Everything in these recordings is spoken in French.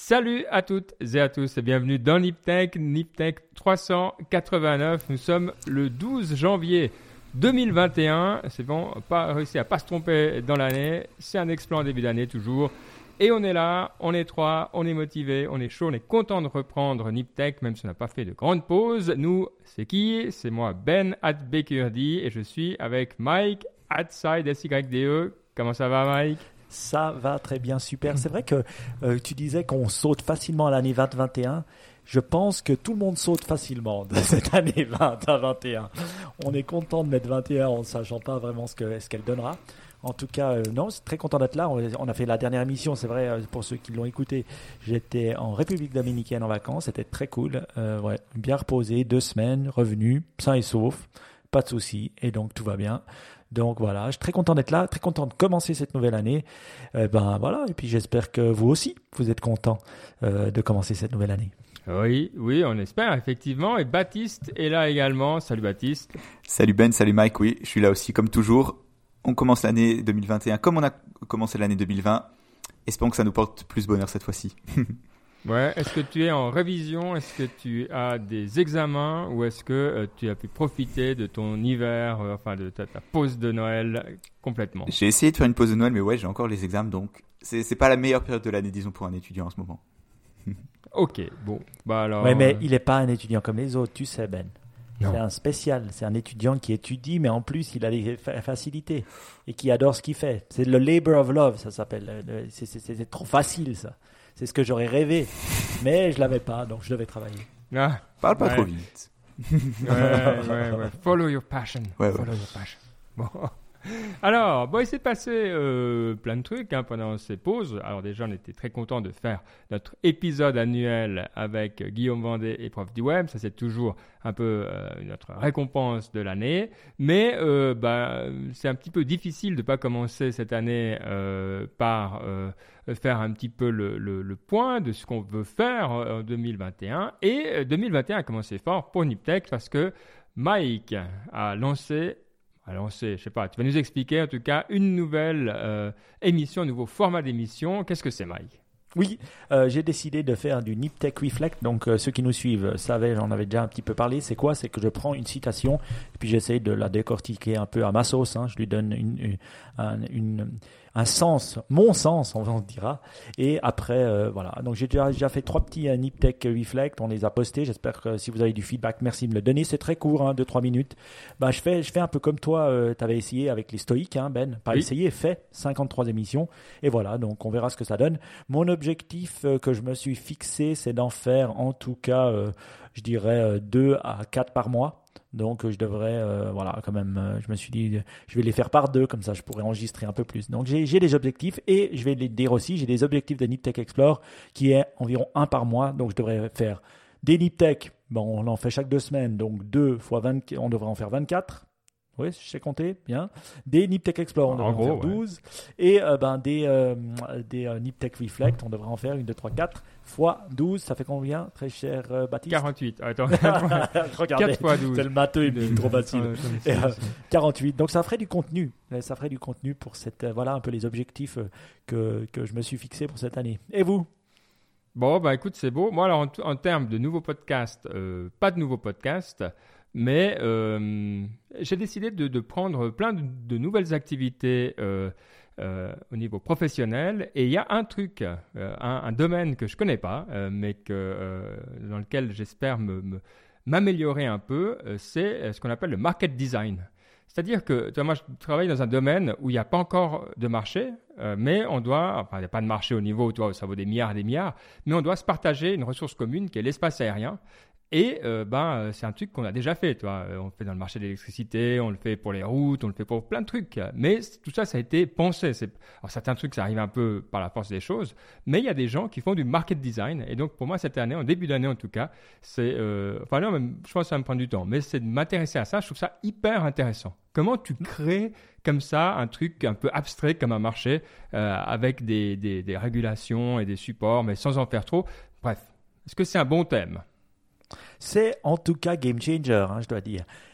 Salut à toutes et à tous et bienvenue dans Niptech 389. Nous sommes le 12 janvier 2021. C'est bon, pas réussi à pas se tromper dans l'année. C'est un exploit en début d'année toujours. Et on est là, on est trois, on est motivé, on est chaud, on est content de reprendre Niptech, même si on n'a pas fait de grande pause. Nous, c'est qui? C'est moi, Ben @Bekurdi, et je suis avec Mike @SideSYDE. Comment ça va, Mike? Ça va très bien, super. C'est vrai que tu disais qu'on saute facilement à l'année 2021. Je pense que tout le monde saute facilement de cette année 2021. On est content de mettre 21 en ne sachant pas vraiment ce qu'elle donnera. En tout cas, non, c'est très content d'être là. On a fait la dernière émission, c'est vrai, pour ceux qui l'ont écouté. J'étais en République dominicaine en vacances, c'était très cool. Bien reposé, 2 semaines, revenu, sain et sauf, pas de soucis, et donc tout va bien. Donc voilà, je suis très content d'être là, très content de commencer cette nouvelle année. Voilà, et puis j'espère que vous aussi, vous êtes content de commencer cette nouvelle année. Oui, on espère effectivement. Et Baptiste est là également. Salut Baptiste. Salut Ben, salut Mike, oui, je suis là aussi comme toujours. On commence l'année 2021 comme on a commencé l'année 2020. Espérons que ça nous porte plus bonheur cette fois-ci. Ouais, est-ce que tu es en révision? Est-ce que tu as des examens? Ou est-ce que tu as pu profiter de ton hiver, de ta pause de Noël complètement? J'ai essayé de faire une pause de Noël, mais ouais, j'ai encore les examens, donc c'est pas la meilleure période de l'année, disons, pour un étudiant en ce moment. Ok, bon, bah alors... Ouais, mais il n'est pas un étudiant comme les autres, tu sais, Ben. Non. C'est un spécial, c'est un étudiant qui étudie, mais en plus, il a des facilités et qui adore ce qu'il fait. C'est le labor of love, ça s'appelle. C'est trop facile, ça. C'est ce que j'aurais rêvé, mais je l'avais pas, donc je devais travailler. Ah, Parle pas trop vite. Ouais. Follow your passion. Ouais. Follow your passion. Bon. Alors, il s'est passé plein de trucs pendant ces pauses. Alors déjà, on était très contents de faire notre épisode annuel avec Guillaume Vendée et Prof du Web. Ça, c'est toujours un peu notre récompense de l'année. Mais c'est un petit peu difficile de ne pas commencer cette année par faire un petit peu le point de ce qu'on veut faire en 2021. Et 2021 a commencé fort pour Niptech parce que Mike a lancé... Alors, je sais pas, tu vas nous expliquer en tout cas une nouvelle émission, un nouveau format d'émission. Qu'est-ce que c'est, Mike? Oui, j'ai décidé de faire du Niptech Reflect. Donc, ceux qui nous suivent savaient, j'en avais déjà un petit peu parlé. C'est quoi? C'est que je prends une citation et puis j'essaye de la décortiquer un peu à ma sauce. Je lui donne un sens, mon sens, on dira. Et après, voilà. Donc, j'ai déjà fait 3 petits Niptech Reflect. On les a postés. J'espère que si vous avez du feedback, merci de me le donner. C'est très court, 2-3 minutes. Je fais un peu comme toi, tu avais essayé avec les stoïques, Ben. Pas oui. essayé, fait 53 émissions. Et voilà, donc on verra ce que ça donne. Mon objectif que je me suis fixé, c'est d'en faire en tout cas, je dirais 2 à 4 par mois. Donc je devrais, quand même, je me suis dit, je vais les faire par 2, comme ça je pourrais enregistrer un peu plus. Donc j'ai des objectifs et je vais les dire aussi, j'ai des objectifs de Niptech Explore qui est environ 1 par mois. Donc je devrais faire des Niptech, on en fait chaque 2 semaines, donc 2 fois 20, on devrait en faire 24. Oui, je sais compter, bien. Des Niptech Explore, on devrait en faire 12. Ouais. Et des Niptech Reflect, on devrait en faire 1, 2, 3, 4 fois 12. Ça fait combien, très cher Baptiste? 48. Attends. Regardez, 4 fois 12. C'est le matheux, il est trop facile. 48. Donc ça ferait du contenu. Ça ferait du contenu pour cette, voilà un peu les objectifs que je me suis fixé pour cette année. Et vous? Bon, écoute, c'est beau. Moi, alors, en termes de nouveaux podcasts, pas de nouveaux podcasts. Mais j'ai décidé de prendre plein de nouvelles activités au niveau professionnel. Et il y a un truc, un domaine que je ne connais pas, mais dans lequel j'espère m'améliorer un peu, c'est ce qu'on appelle le market design. C'est-à-dire que moi, je travaille dans un domaine où il n'y a pas encore de marché, mais il n'y a pas de marché au niveau où ça vaut des milliards et des milliards, mais on doit se partager une ressource commune qui est l'espace aérien. Et c'est un truc qu'on a déjà fait, on le fait dans le marché de l'électricité, on le fait pour les routes, on le fait pour plein de trucs. Mais tout ça a été pensé. Alors certains trucs, ça arrive un peu par la force des choses, mais il y a des gens qui font du market design. Et donc pour moi cette année, en début d'année en tout cas, je pense que ça va me prendre du temps, mais c'est de m'intéresser à ça. Je trouve ça hyper intéressant. Comment tu crées comme ça un truc un peu abstrait comme un marché avec des régulations et des supports, mais sans en faire trop. Bref, est-ce que c'est un bon thème? C'est en tout cas game changer, je dois dire.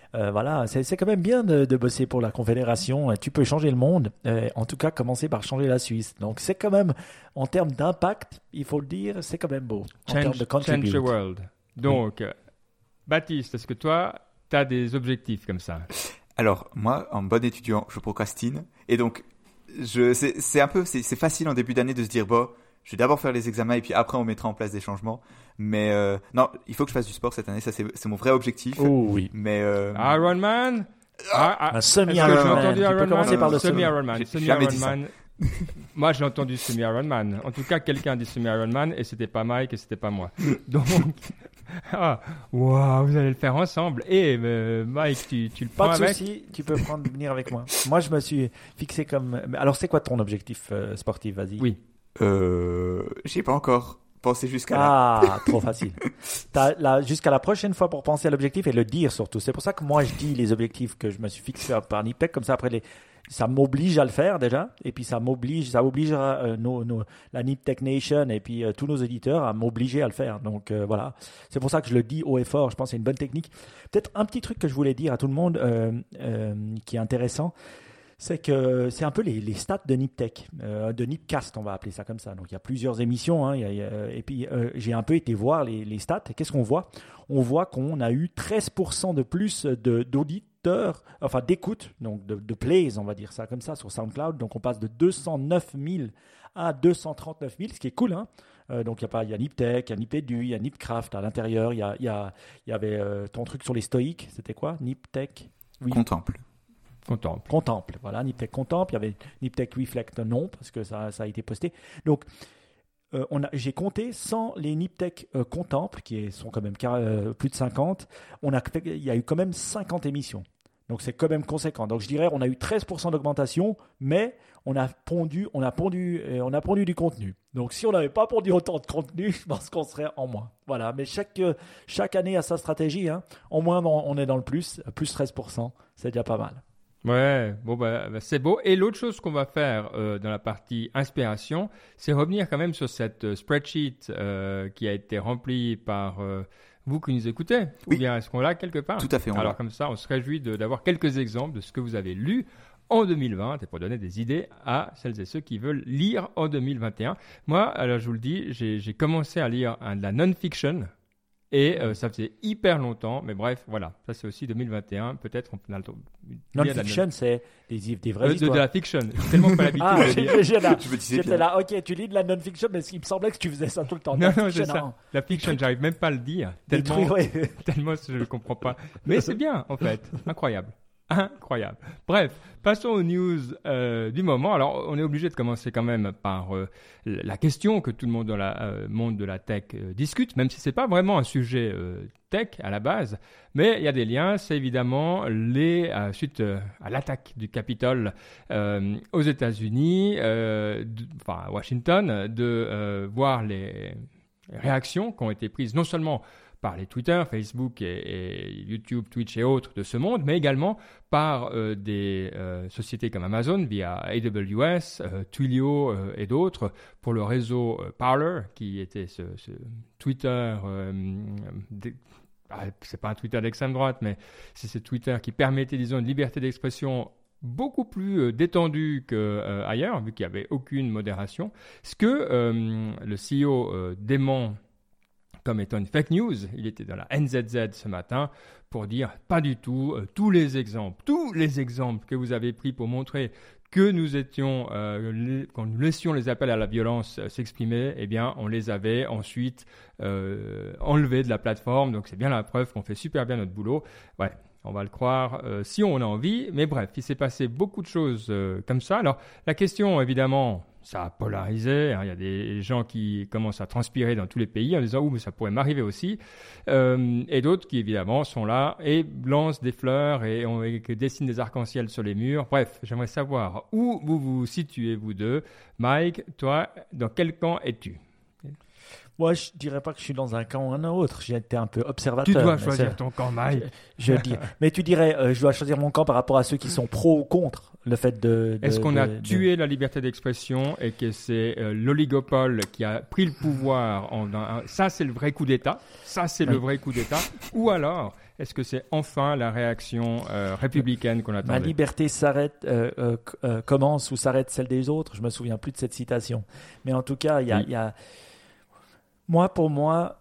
Voilà, c'est quand même bien de bosser pour la Confédération. Tu peux changer le monde, en tout cas commencer par changer la Suisse. Donc c'est quand même, en termes d'impact, il faut le dire, c'est quand même beau. En termes de Change contribute. the world. Donc, Baptiste, est-ce que toi, tu as des objectifs comme ça? Alors, moi, en bon étudiant, je procrastine. Et donc, c'est facile en début d'année de se dire, bon, je vais d'abord faire les examens et puis après on mettra en place des changements. Mais non, il faut que je fasse du sport cette année, ça c'est mon vrai objectif. Oh oui. Mais Ironman? Un Est-ce que tu as semi-Ironman. entendu Tu peux Ironman? commencer par le Semi-Ironman. J'ai jamais dit ça. Semi-Ironman. Moi, j'ai entendu semi-Ironman. En tout cas, quelqu'un a dit semi-Ironman et c'était pas Mike et c'était pas moi. Donc, waouh, vous allez le faire ensemble. Et Mike, tu le prends Pas de avec? souci, tu peux venir avec moi. Moi, je me suis fixé comme. Alors, c'est quoi ton objectif sportif? Vas-y. Oui. J'y ai pas encore pensé jusqu'à là. Ah, trop facile. Jusqu'à la prochaine fois pour penser à l'objectif et le dire surtout. C'est pour ça que moi, je dis les objectifs que je me suis fixés par Niptech. Comme ça, après, ça m'oblige à le faire déjà. Et puis, ça obligera la Niptech Nation et puis tous nos éditeurs à m'obliger à le faire. Donc, voilà. C'est pour ça que je le dis haut et fort. Je pense que c'est une bonne technique. Peut-être un petit truc que je voulais dire à tout le monde qui est intéressant. C'est que c'est un peu les stats de Niptech, de Nipcast, on va appeler ça comme ça. Donc il y a plusieurs émissions, hein, et puis j'ai un peu été voir les stats. Et qu'est-ce qu'on voit? On voit qu'on a eu 13% de plus d'auditeurs, enfin d'écoute, donc de plays, on va dire ça comme ça, sur SoundCloud. Donc on passe de 209 000 à 239 000, ce qui est cool, hein. Donc il y a Niptech, il y a Nipedu, il y a Nipcraft à l'intérieur. Il y avait ton truc sur les stoïques, c'était quoi? Niptech? Oui. Contemple, voilà, Niptech Contemple, il y avait Niptech Reflect, non, parce que ça a été posté. Donc, j'ai compté sans les Niptech Contemple, qui sont quand même plus de 50, il y a eu quand même 50 émissions. Donc, c'est quand même conséquent. Donc, je dirais, on a eu 13% d'augmentation, mais on a pondu du contenu. Donc, si on n'avait pas pondu autant de contenu, je pense qu'on serait en moins. Voilà, mais chaque année a sa stratégie, hein. Au moins, on est dans le plus 13%, c'est déjà pas mal. Ouais, bon c'est beau. Et l'autre chose qu'on va faire dans la partie inspiration, c'est revenir quand même sur cette spreadsheet qui a été remplie par vous qui nous écoutez. Oui. Ou bien est-ce qu'on l'a quelque part? Tout à fait. Alors comme ça, on se réjouit d'avoir quelques exemples de ce que vous avez lu en 2020 et pour donner des idées à celles et ceux qui veulent lire en 2021. Moi, alors je vous le dis, j'ai commencé à lire de la non-fiction. Et ça faisait hyper longtemps, mais bref, voilà. Ça, c'est aussi 2021. Peut-être on a le temps. Non-fiction, c'est des vraies histoires. De la fiction. J'ai tellement pas l'habitude de lire. J'étais là, ok, tu lis de la non-fiction, mais il me semblait que tu faisais ça tout le temps. Non, c'est ça. La fiction, j'arrive même pas à le dire. Tellement je ne le comprends pas. Mais c'est bien, en fait. Incroyable. Bref, passons aux news du moment. Alors, on est obligé de commencer quand même par la question que tout le monde dans le monde de la tech discute, même si c'est pas vraiment un sujet tech à la base. Mais il y a des liens. C'est évidemment suite à l'attaque du Capitole aux États-Unis, à Washington, de voir les réactions qui ont été prises non seulement par les Twitter, Facebook et YouTube, Twitch et autres de ce monde, mais également par des sociétés comme Amazon via AWS, Twilio et d'autres pour le réseau Parler, qui était ce Twitter, c'est pas un Twitter d'extrême droite, mais c'est ce Twitter qui permettait, disons, une liberté d'expression beaucoup plus détendue qu'ailleurs, vu qu'il n'y avait aucune modération. Ce que le CEO dément comme étant une fake news, il était dans la NZZ ce matin pour dire pas du tout, tous les exemples que vous avez pris pour montrer que nous étions, quand nous laissions les appels à la violence s'exprimer, eh bien, on les avait ensuite enlevés de la plateforme. Donc, c'est bien la preuve qu'on fait super bien notre boulot. Ouais. On va le croire si on a envie. Mais bref, il s'est passé beaucoup de choses comme ça. Alors, la question, évidemment, ça a polarisé. Hein. Il y a des gens qui commencent à transpirer dans tous les pays en disant « Ouh, mais ça pourrait m'arriver aussi ». Et d'autres qui, évidemment, sont là et lancent des fleurs et dessinent des arcs-en-ciel sur les murs. Bref, j'aimerais savoir où vous vous situez, vous deux. Mike, toi, dans quel camp es-tu ? Moi, je dirais pas que je suis dans un camp ou un autre. J'ai été un peu observateur. Tu dois choisir ton camp, Mike. Je dis. Mais tu dirais, je dois choisir mon camp par rapport à ceux qui sont pro ou contre le fait de. Est-ce qu'on a tué la liberté d'expression et que c'est l'oligopole qui a pris le pouvoir ça, c'est le vrai coup d'État. Ça, c'est le vrai coup d'État. Ou alors, Est-ce que c'est enfin la réaction républicaine qu'on attendait? Ma liberté commence ou s'arrête celle des autres. Je me souviens plus de cette citation. Mais en tout cas, il y a... Pour moi,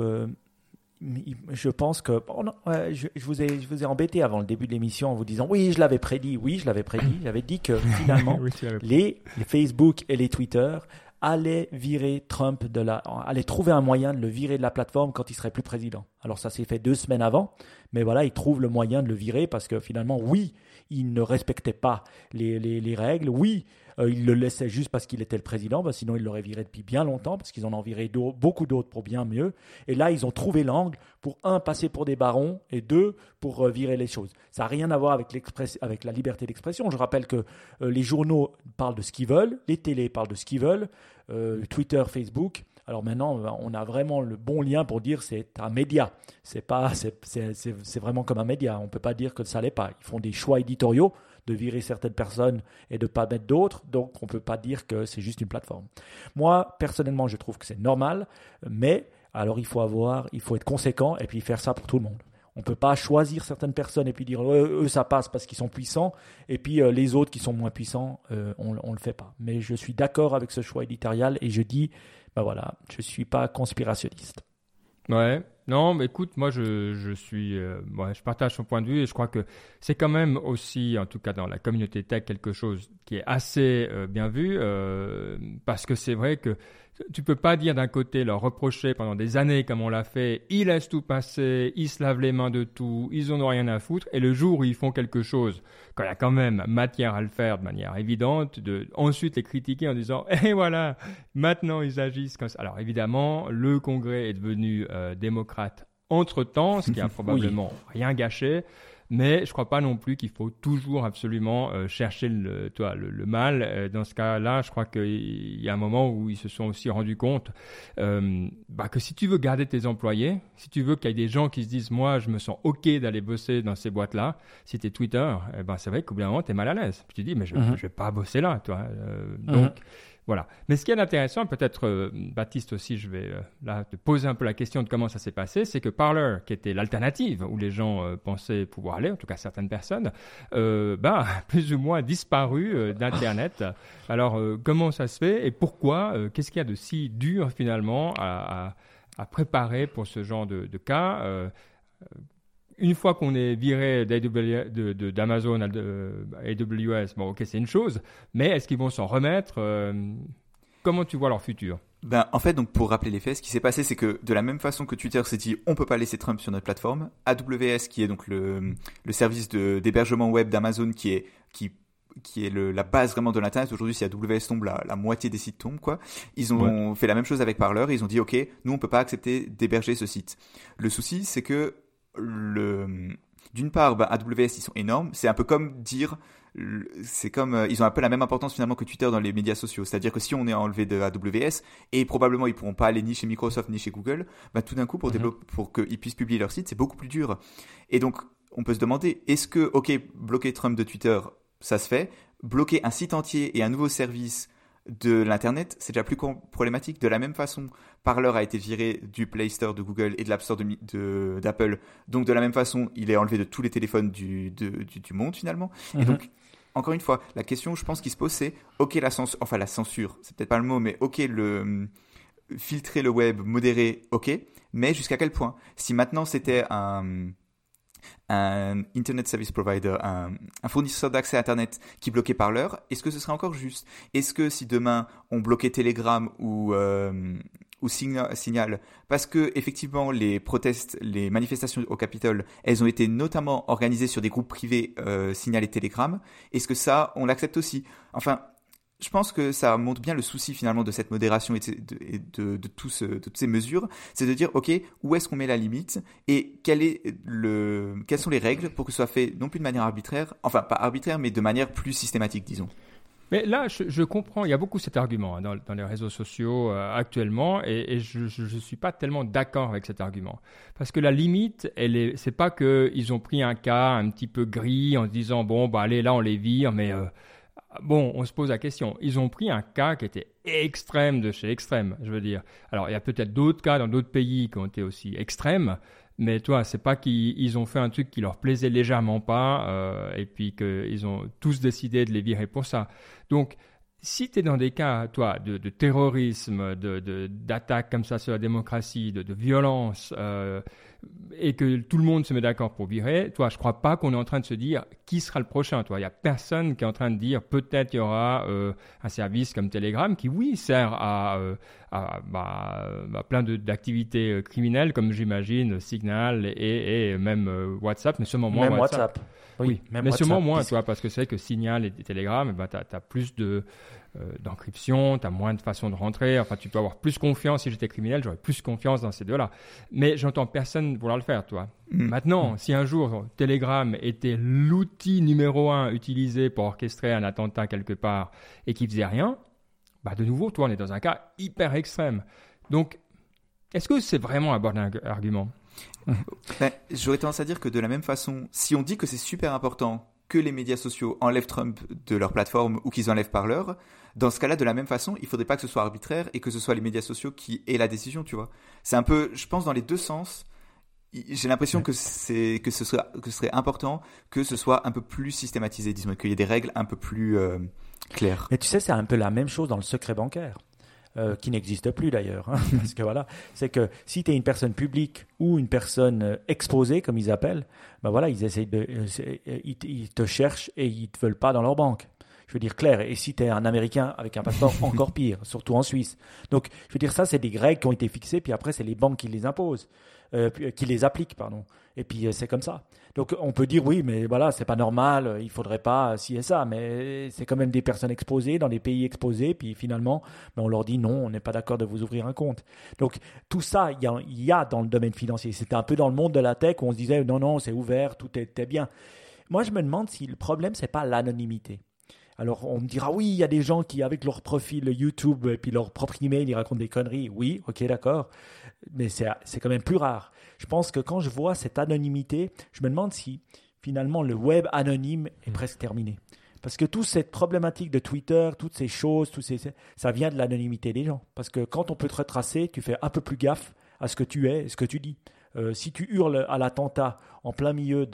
je pense que je vous ai embêté avant le début de l'émission en vous disant oui, je l'avais prédit. J'avais dit que finalement, les Facebook et les Twitter allaient virer Trump allaient trouver un moyen de le virer de la plateforme quand il serait plus président. Alors ça s'est fait 2 semaines avant, mais voilà, ils trouvent le moyen de le virer parce que finalement, oui, il ne respectait pas les règles. Oui, il le laissait juste parce qu'il était le président, sinon il l'aurait viré depuis bien longtemps parce qu'ils en ont viré beaucoup d'autres pour bien mieux. Et là, ils ont trouvé l'angle pour, 1, passer pour des barons et 2, pour virer les choses. Ça n'a rien à voir avec la liberté d'expression. Je rappelle que les journaux parlent de ce qu'ils veulent, les télés parlent de ce qu'ils veulent, Twitter, Facebook. Alors maintenant, on a vraiment le bon lien pour dire c'est un média. C'est vraiment comme un média. On ne peut pas dire que ça l'est pas. Ils font des choix éditoriaux de virer certaines personnes et de ne pas mettre d'autres. Donc, on ne peut pas dire que c'est juste une plateforme. Moi, personnellement, je trouve que c'est normal. Mais alors, il faut être conséquent et puis faire ça pour tout le monde. On ne peut pas choisir certaines personnes et puis dire eux, ça passe parce qu'ils sont puissants. Et puis les autres qui sont moins puissants, on ne le fait pas. Mais je suis d'accord avec ce choix éditorial et je dis... je ne suis pas conspirationniste. Ouais, non, mais écoute, moi je partage son point de vue et je crois que c'est quand même aussi, en tout cas dans la communauté tech, quelque chose qui est assez bien vu parce que c'est vrai que tu peux pas dire d'un côté leur reprocher pendant des années comme on l'a fait, ils laissent tout passer, ils se lavent les mains de tout, ils en ont rien à foutre et le jour où ils font quelque chose, quand il y a quand même matière à le faire de manière évidente, ensuite les critiquer en disant voilà, maintenant ils agissent comme ça. Alors évidemment, le Congrès est devenu démocrate entre-temps, ce qui a probablement rien gâché. Mais je ne crois pas non plus qu'il faut toujours absolument chercher le mal. Dans ce cas-là, je crois qu'il y a un moment où ils se sont aussi rendus compte que si tu veux garder tes employés, si tu veux qu'il y ait des gens qui se disent « moi, je me sens OK d'aller bosser dans ces boîtes-là », si tu es Twitter, c'est vrai qu'au bout d'un moment, tu es mal à l'aise. Puis tu dis « mais je ne vais pas bosser là. » Donc, voilà. Mais ce qui est intéressant, peut-être, Baptiste aussi, je vais là te poser un peu la question de comment ça s'est passé, c'est que Parler, qui était l'alternative où les gens pensaient pouvoir aller, en tout cas certaines personnes, plus ou moins disparu d'Internet. Alors, comment ça se fait et pourquoi qu'est-ce qu'il y a de si dur finalement à préparer pour ce genre de cas une fois qu'on est viré d'Amazon à AWS, bon, ok, c'est une chose, mais est-ce qu'ils vont s'en remettre Comment tu vois leur futur? En fait, donc pour rappeler les faits, ce qui s'est passé, c'est que de la même façon que Twitter s'est dit on peut pas laisser Trump sur notre plateforme, AWS, qui est donc le service d'hébergement web d'Amazon, qui est la base vraiment de l'internet. Aujourd'hui, si AWS tombe, la moitié des sites tombent, quoi. Ils ont fait la même chose avec Parler. Ils ont dit ok, nous on peut pas accepter d'héberger ce site. Le souci, c'est que d'une part, AWS, ils sont énormes. C'est un peu comme dire, ils ont un peu la même importance finalement que Twitter dans les médias sociaux. C'est-à-dire que si on est enlevé de AWS, et probablement ils pourront pas aller ni chez Microsoft ni chez Google, tout d'un coup pour qu'ils puissent publier leur site, c'est beaucoup plus dur. Et donc, on peut se demander, est-ce que, bloquer Trump de Twitter, ça se fait? Bloquer un site entier et un nouveau service de l'internet, c'est déjà plus problématique. De la même façon, Parler a été viré du Play Store de Google et de l'App Store d'Apple. Donc de la même façon, il est enlevé de tous les téléphones du monde finalement. Et donc, encore une fois, la question, je pense, qui se pose, c'est la censure, c'est peut-être pas le mot, mais filtrer le web, modérer, mais jusqu'à quel point? Si maintenant c'était un Internet Service Provider, un fournisseur d'accès à Internet qui bloquait Parler, est-ce que ce serait encore juste? Est-ce que si demain on bloquait Telegram ou Signal, parce que effectivement les manifestations au Capitole, elles ont été notamment organisées sur des groupes privés Signal et Telegram, est-ce que ça, on l'accepte aussi? Enfin, je pense que ça montre bien le souci finalement de cette modération et de toutes ces mesures, c'est de dire où est-ce qu'on met la limite et quelles sont les règles pour que ce soit fait non plus de manière arbitraire, enfin pas arbitraire mais de manière plus systématique, disons. Mais là, je comprends, il y a beaucoup cet argument dans les réseaux sociaux actuellement et je ne suis pas tellement d'accord avec cet argument. Parce que la limite, c'est pas qu'ils ont pris un cas un petit peu gris en se disant allez, là on les vire, mais Bon, on se pose la question. Ils ont pris un cas qui était extrême de chez extrême, je veux dire. Alors, il y a peut-être d'autres cas dans d'autres pays qui ont été aussi extrêmes, mais toi, c'est pas qu'ils ont fait un truc qui leur plaisait légèrement pas, et puis qu'ils ont tous décidé de les virer pour ça. Donc, si tu es dans des cas, toi, de terrorisme, d'attaque comme ça sur la démocratie, de violence, et que tout le monde se met d'accord pour virer, toi, je crois pas qu'on est en train de se dire qui sera le prochain. Toi, il y a personne qui est en train de dire peut-être il y aura un service comme Telegram qui, oui, sert à plein d'activités criminelles comme j'imagine Signal et même WhatsApp, mais seulement moins Même WhatsApp. Oui, mais sûrement moins, toi, parce que c'est que Signal et Telegram, tu as plus d'encryption, tu as moins de façons de rentrer. Enfin, tu peux avoir plus confiance. Si j'étais criminel, j'aurais plus confiance dans ces deux-là. Mais j'entends personne vouloir le faire, toi. Maintenant, si un jour Telegram était l'outil numéro 1 utilisé pour orchestrer un attentat quelque part et qui faisait rien, de nouveau, toi, on est dans un cas hyper extrême. Donc, est-ce que c'est vraiment un bon argument ? J'aurais tendance à dire que de la même façon, si on dit que c'est super important que les médias sociaux enlèvent Trump de leur plateforme ou qu'ils enlèvent Parler, dans ce cas-là, de la même façon, il faudrait pas que ce soit arbitraire et que ce soit les médias sociaux qui aient la décision, tu vois. C'est un peu, je pense, dans les deux sens. J'ai l'impression que ce serait important que ce soit un peu plus systématisé, disons, qu'il y ait des règles un peu plus claires. Mais tu sais, c'est un peu la même chose dans le secret bancaire. Qui n'existe plus d'ailleurs, hein, parce que voilà, c'est que si tu es une personne publique ou une personne exposée, comme ils appellent, ils essayent ils te cherchent et ils te veulent pas dans leur banque. Je veux dire clair. Et si tu es un Américain avec un passeport, encore pire, surtout en Suisse. Donc, je veux dire ça, c'est des règles qui ont été fixées, puis après c'est les banques qui les imposent, qui les appliquent, pardon. Et puis c'est comme ça. Donc on peut dire oui, mais voilà, c'est pas normal, il faudrait pas ci et ça, mais c'est quand même des personnes exposées dans des pays exposés, puis finalement, on leur dit non, on n'est pas d'accord de vous ouvrir un compte. Donc tout ça, il y a dans le domaine financier. C'était un peu dans le monde de la tech où on se disait non, c'est ouvert, tout était bien. Moi, je me demande si le problème c'est pas l'anonymité. Alors, on me dira, oui, il y a des gens qui, avec leur profil YouTube et puis leur propre email, ils racontent des conneries. Oui, ok, d'accord. Mais c'est quand même plus rare. Je pense que quand je vois cette anonymité, je me demande si, finalement, le web anonyme est presque terminé. Parce que toute cette problématique de Twitter, toutes ces choses, ça vient de l'anonymité des gens. Parce que quand on peut te retracer, tu fais un peu plus gaffe à ce que tu es et ce que tu dis. Si tu hurles à l'attentat en plein milieu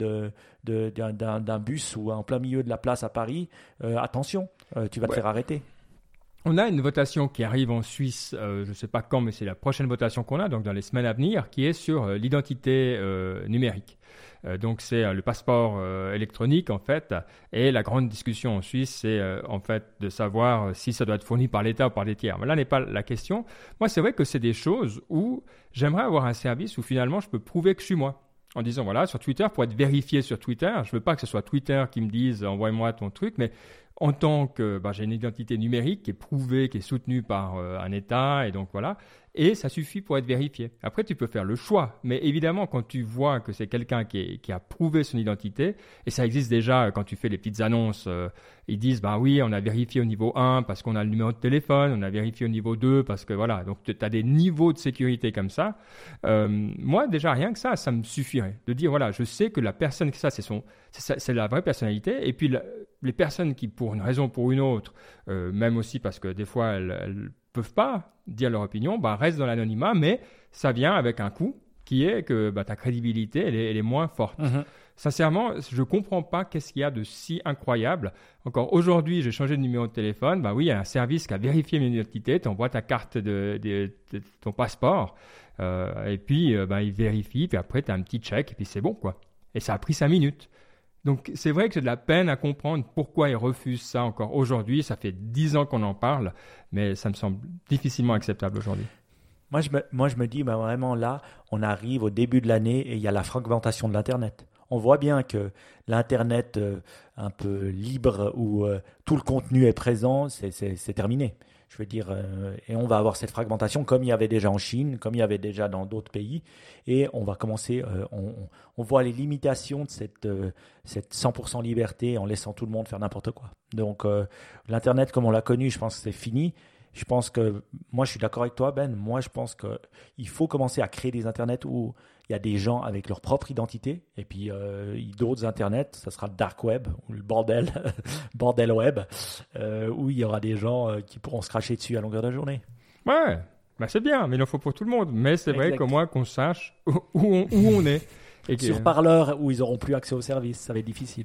d'un bus ou en plein milieu de la place à Paris, attention, tu vas te faire arrêter. On a une votation qui arrive en Suisse, je ne sais pas quand, mais c'est la prochaine votation qu'on a, donc dans les semaines à venir, qui est sur l'identité numérique. Donc c'est le passeport électronique en fait, et la grande discussion en Suisse, c'est en fait de savoir si ça doit être fourni par l'État ou par des tiers. Mais là n'est pas la question. Moi, c'est vrai que c'est des choses où j'aimerais avoir un service où finalement je peux prouver que je suis moi. En disant voilà, sur Twitter, pour être vérifié sur Twitter, je veux pas que ce soit Twitter qui me dise envoie-moi ton truc, mais en tant que j'ai une identité numérique qui est prouvée, qui est soutenue par un État, et donc voilà, et ça suffit pour être vérifié. Après, tu peux faire le choix, mais évidemment, quand tu vois que c'est quelqu'un qui a prouvé son identité, et ça existe déjà quand tu fais les petites annonces, ils disent oui, on a vérifié au niveau 1 parce qu'on a le numéro de téléphone, on a vérifié au niveau 2 parce que voilà, donc tu as des niveaux de sécurité comme ça. Moi, déjà, rien que ça me suffirait de dire voilà, je sais que la personne, c'est la vraie personnalité, et puis les personnes qui, pour une raison ou pour une autre, même aussi parce que des fois elles peuvent pas dire leur opinion, restent dans l'anonymat, mais ça vient avec un coût qui est que ta crédibilité elle est moins forte. Mm-hmm. Sincèrement, je comprends pas qu'est-ce qu'il y a de si incroyable. Encore aujourd'hui, j'ai changé de numéro de téléphone. Oui, il y a un service qui a vérifié mon identité. Tu envoies ta carte de ton passeport et puis il vérifie. Puis après, tu as un petit check et puis c'est bon quoi. Et ça a pris 5 minutes. Donc, c'est vrai que j'ai de la peine à comprendre pourquoi ils refusent ça encore aujourd'hui. Ça fait 10 ans qu'on en parle, mais ça me semble difficilement acceptable aujourd'hui. Moi, je me dis, vraiment là, on arrive au début de l'année et il y a la fragmentation de l'Internet. On voit bien que l'Internet un peu libre où tout le contenu est présent, c'est terminé. Je veux dire, et on va avoir cette fragmentation comme il y avait déjà en Chine, comme il y avait déjà dans d'autres pays. Et on va commencer, on voit les limitations de cette 100% liberté en laissant tout le monde faire n'importe quoi. Donc, l'Internet, comme on l'a connu, je pense que c'est fini. Je pense que, moi je suis d'accord avec toi Ben, moi je pense qu'il faut commencer à créer des internets où il y a des gens avec leur propre identité, et puis d'autres internets, ça sera le dark web, ou le bordel, bordel web, où il y aura des gens qui pourront se cracher dessus à longueur de journée. Ouais, bah c'est bien, mais il en faut pour tout le monde. Mais c'est vrai Exact. qu'au moins qu'on sache où on est. Et que- Sur parleur, où ils n'auront plus accès au service, ça va être difficile.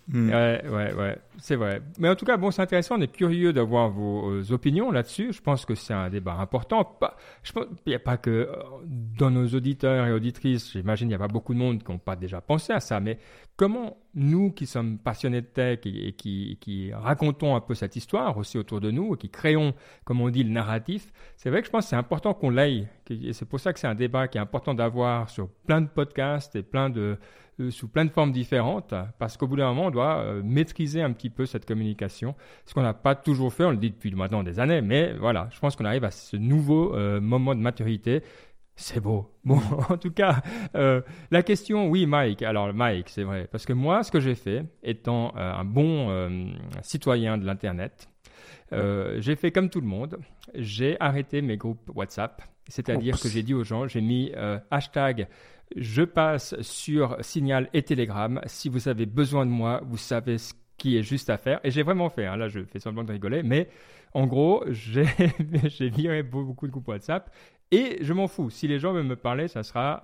Ouais, c'est vrai. Mais en tout cas, bon, c'est intéressant. On est curieux d'avoir vos opinions là-dessus. Je pense que c'est un débat important. Je pense qu'il n'y a pas que dans nos auditeurs et auditrices, j'imagine, il n'y a pas beaucoup de monde qui n'ont pas déjà pensé à ça. Mais comment nous, qui sommes passionnés de tech et qui racontons un peu cette histoire aussi autour de nous et qui créons, comme on dit, le narratif, c'est vrai que je pense que c'est important qu'on l'aille. Et c'est pour ça que c'est un débat qui est important d'avoir sur plein de podcasts et sous plein de formes différentes, parce qu'au bout d'un moment, on doit maîtriser un petit peu cette communication, ce qu'on n'a pas toujours fait, on le dit depuis maintenant des années, mais voilà, je pense qu'on arrive à ce nouveau moment de maturité. C'est beau. Bon, en tout cas, la question, oui, Mike. Alors, Mike, c'est vrai, parce que moi, ce que j'ai fait, étant un bon citoyen de l'Internet, j'ai fait comme tout le monde, j'ai arrêté mes groupes WhatsApp, c'est-à-dire que j'ai dit aux gens, j'ai mis hashtag je passe sur Signal et Telegram. Si vous avez besoin de moi, vous savez ce qui est juste à faire. Et j'ai vraiment fait, hein, là je fais semblant de rigoler, mais en gros, j'ai viré beaucoup de groupes WhatsApp. Et je m'en fous. Si les gens veulent me parler, ça sera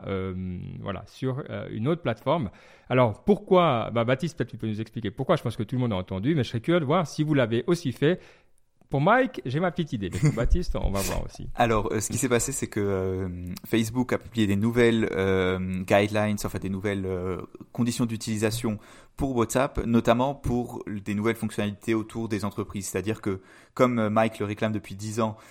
sur une autre plateforme. Alors pourquoi, Baptiste, peut-être tu peux nous expliquer pourquoi. Je pense que tout le monde a entendu, mais je serais curieux de voir si vous l'avez aussi fait. Pour Mike, j'ai ma petite idée. Mais pour Baptiste, on va voir aussi. Alors, ce qui s'est passé, c'est que Facebook a publié des nouvelles guidelines, enfin des nouvelles conditions d'utilisation pour WhatsApp, notamment pour des nouvelles fonctionnalités autour des entreprises. C'est-à-dire que, comme Mike le réclame depuis 10 ans,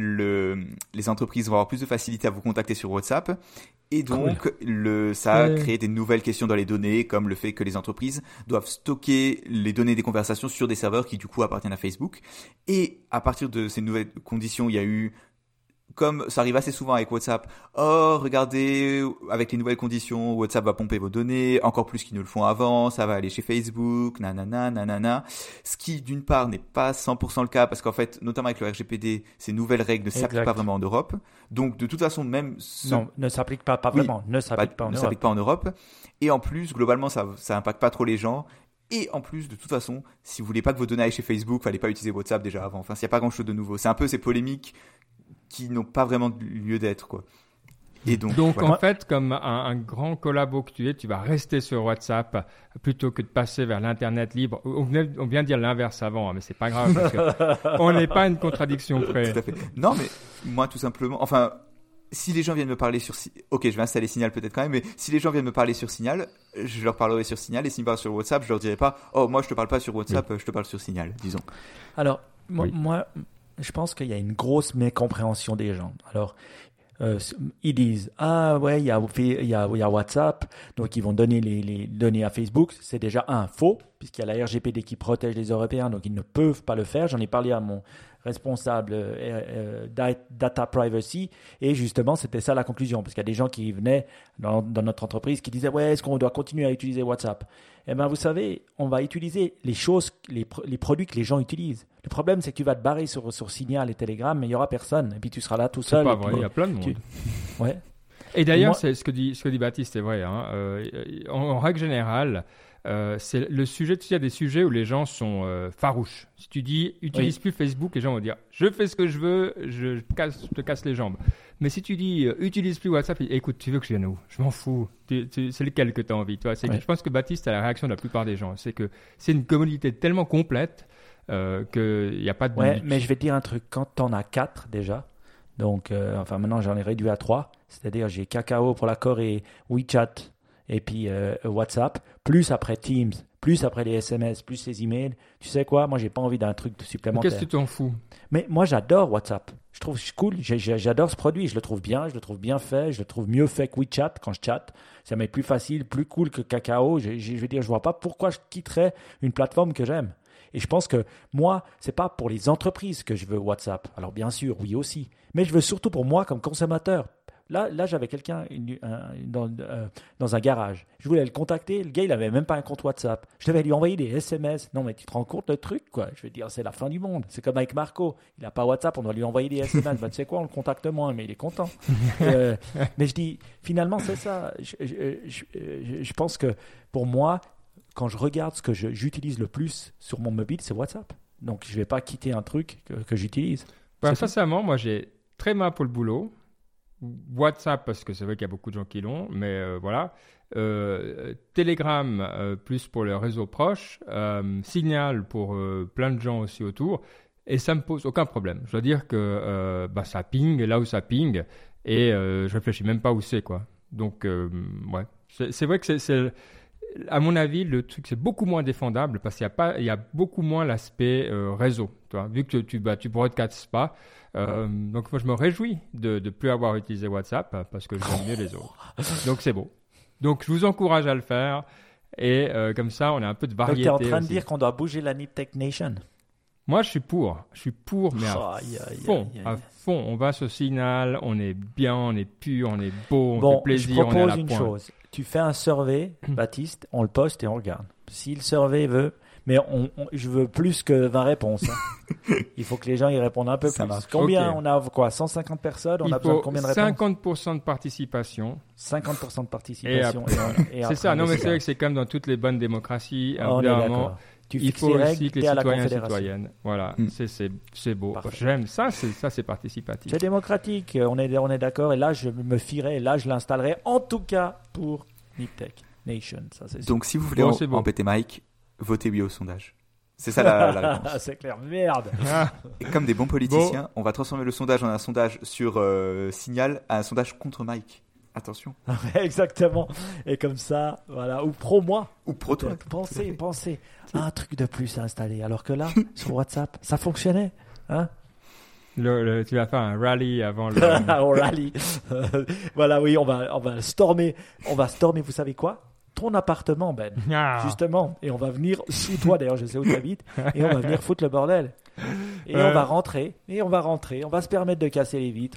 les entreprises vont avoir plus de facilité à vous contacter sur WhatsApp. Et donc, ça a créé des nouvelles questions dans les données, comme le fait que les entreprises doivent stocker les données des conversations sur des serveurs qui, du coup, appartiennent à Facebook. Et à partir de ces nouvelles conditions, il y a eu, comme ça arrive assez souvent avec WhatsApp, oh, regardez, avec les nouvelles conditions, WhatsApp va pomper vos données, encore plus qu'ils ne le font avant, ça va aller chez Facebook, nanana. Ce qui, d'une part, n'est pas 100% le cas, parce qu'en fait, notamment avec le RGPD, ces nouvelles règles ne s'appliquent pas vraiment en Europe. Donc, de toute façon, même... Non, ne s'applique pas vraiment, ne s'applique pas en Europe. Et en plus, globalement, ça impacte pas trop les gens. Et en plus, de toute façon, si vous voulez pas que vos données aillent chez Facebook, fallait pas utiliser WhatsApp déjà avant. Enfin, il n'y a pas grand-chose de nouveau. C'est un peu ces polémiques qui n'ont pas vraiment lieu d'être, quoi. Et donc voilà. En fait, comme un grand collabo que tu es, tu vas rester sur WhatsApp plutôt que de passer vers l'Internet libre. On vient de dire l'inverse avant, hein, mais c'est pas grave parce que on n'est pas une contradiction près. Tout à fait. Non, mais moi, tout simplement, enfin, si les gens viennent me parler sur... Ok, je vais installer Signal peut-être quand même, mais si les gens viennent me parler sur Signal, je leur parlerai sur Signal, et s'ils me parlent sur WhatsApp, je leur dirai pas « Oh, moi, je te parle pas sur WhatsApp, je te parle sur Signal », disons. Alors, moi, je pense qu'il y a une grosse mécompréhension des gens. Alors, ils disent ah ouais, il y a WhatsApp, donc ils vont donner les données à Facebook. C'est déjà faux, puisqu'il y a la RGPD qui protège les Européens, donc ils ne peuvent pas le faire. J'en ai parlé à mon responsable data privacy, et justement c'était ça la conclusion, parce qu'il y a des gens qui venaient dans notre entreprise qui disaient ouais, est-ce qu'on doit continuer à utiliser WhatsApp? Eh bien, vous savez, on va utiliser les produits que les gens utilisent. Le problème, c'est que tu vas te barrer sur Signal et Telegram, mais il n'y aura personne. Et puis, tu seras là tout seul. C'est pas vrai, il y a plein de monde. Ouais. Et d'ailleurs, c'est ce que dit Baptiste, c'est vrai. Hein. En règle générale, c'est le sujet. Tu sais, il y a des sujets où les gens sont farouches. Si tu dis, utilise plus Facebook, les gens vont dire, je fais ce que je veux, je te casse les jambes. Mais si tu dis, utilise plus WhatsApp, écoute, tu veux que je vienne où? Je m'en fous. C'est lequel que tu as envie. Tu vois, je pense que Baptiste a la réaction de la plupart des gens. C'est que c'est une communauté tellement complète qu'il n'y a pas de... Ouais, mais je vais te dire un truc. Quand tu en as 4 déjà, donc maintenant j'en ai réduit à 3, c'est-à-dire j'ai Kakao pour l'accord et WeChat, et puis WhatsApp, plus après Teams, plus après les SMS, plus les emails. Tu sais quoi? Moi, j'ai pas envie d'un truc supplémentaire. Qu'est-ce que tu t'en fous? Mais moi, j'adore WhatsApp. Je trouve cool. J'adore ce produit. Je le trouve bien. Je le trouve bien fait. Je le trouve mieux fait que WeChat quand je chatte. Ça m'est plus facile, plus cool que Kakao. Je veux dire, je vois pas pourquoi je quitterais une plateforme que j'aime. Et je pense que moi, c'est pas pour les entreprises que je veux WhatsApp. Alors bien sûr, oui aussi. Mais je veux surtout pour moi comme consommateur. Là, j'avais quelqu'un dans un garage. Je voulais le contacter. Le gars, il avait même pas un compte WhatsApp. Je devais lui envoyer des SMS. Non, mais tu te rends compte le truc, quoi. Je veux dire, c'est la fin du monde. C'est comme avec Marco. Il n'a pas WhatsApp, on doit lui envoyer des SMS. Tu sais quoi, on le contacte moins, mais il est content. Mais je dis, finalement, c'est ça. Je pense que pour moi, quand je regarde ce que j'utilise le plus sur mon mobile, c'est WhatsApp. Donc, je ne vais pas quitter un truc que j'utilise. Sincèrement, moi, j'ai très mal pour le boulot. WhatsApp, parce que c'est vrai qu'il y a beaucoup de gens qui l'ont, mais voilà. Telegram, plus pour le réseau proche. Signal pour plein de gens aussi autour. Et ça me pose aucun problème. Je dois dire que ça ping là où ça ping. Et je réfléchis même pas où c'est, quoi. Donc, ouais. C'est vrai que à mon avis, le truc, c'est beaucoup moins défendable parce qu'il y a beaucoup moins l'aspect réseau. Toi. Vu que tu broadcastes pas. Donc, moi, je me réjouis de ne plus avoir utilisé WhatsApp parce que j'aime mieux les autres. Donc, c'est beau. Donc, je vous encourage à le faire. Et comme ça, on a un peu de variété. Donc, tu es en train aussi. de dire qu'on doit bouger la Niptech Nation? Moi, je suis pour, mais à fond. On va sur Signal, on est bien, on est pur, on est beau, on fait plaisir, on est à la pointe. Je propose une chose. Tu fais un survey, Baptiste, on le poste et on regarde. Si le survey veut... Mais je veux plus que 20 réponses. Hein. Il faut que les gens y répondent un peu plus. Combien on a, quoi, 150 personnes? On a besoin de combien de réponses? 50% de participation. 50% de participation. C'est ça. Non, mais c'est vrai que c'est comme dans toutes les bonnes démocraties. On est d'accord. Il faut aussi que les citoyens et citoyennes. Voilà, c'est beau. Parfait. J'aime ça, c'est participatif. C'est démocratique, on est d'accord. Et là, je me fierai, là, je l'installerai en tout cas pour Niptech Nation. Ça, c'est donc, si vous voulez embêter Mike, votez oui au sondage. C'est ça la réponse. C'est clair, merde. Et comme des bons politiciens, on va transformer le sondage en un sondage sur Signal à un sondage contre Mike. Attention. Exactement. Et comme ça, voilà. Ou pro-moi. Ou pro-toi. Pensez. Un truc de plus à installer. Alors que là, sur WhatsApp, ça fonctionnait. Hein? Tu vas faire un rallye avant le... Un rallye. Voilà, oui, on va stormer. On va stormer, vous savez quoi? Ton appartement, Ben. Justement. Et on va venir sous toi, d'ailleurs, je sais où tu habites. Et on va venir foutre le bordel. Et on va rentrer. On va se permettre de casser les vitres.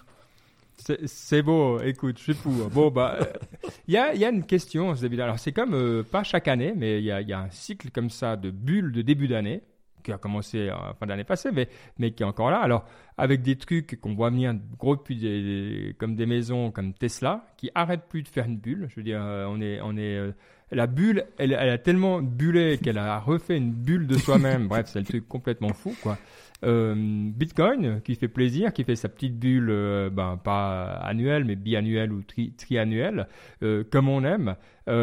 C'est beau, écoute, je suis pour. Bon, il y a une question, alors c'est comme, pas chaque année, mais il y a un cycle comme ça de bulles de début d'année, qui a commencé en fin d'année passée, mais qui est encore là. Alors, avec des trucs qu'on voit venir gros depuis comme des maisons comme Tesla, qui arrêtent plus de faire une bulle. Je veux dire, la bulle, elle a tellement bullé qu'elle a refait une bulle de soi-même. Bref, c'est le truc complètement fou, quoi. Bitcoin qui fait plaisir, qui fait sa petite bulle, pas annuelle mais biannuelle ou triannuelle, comme on aime.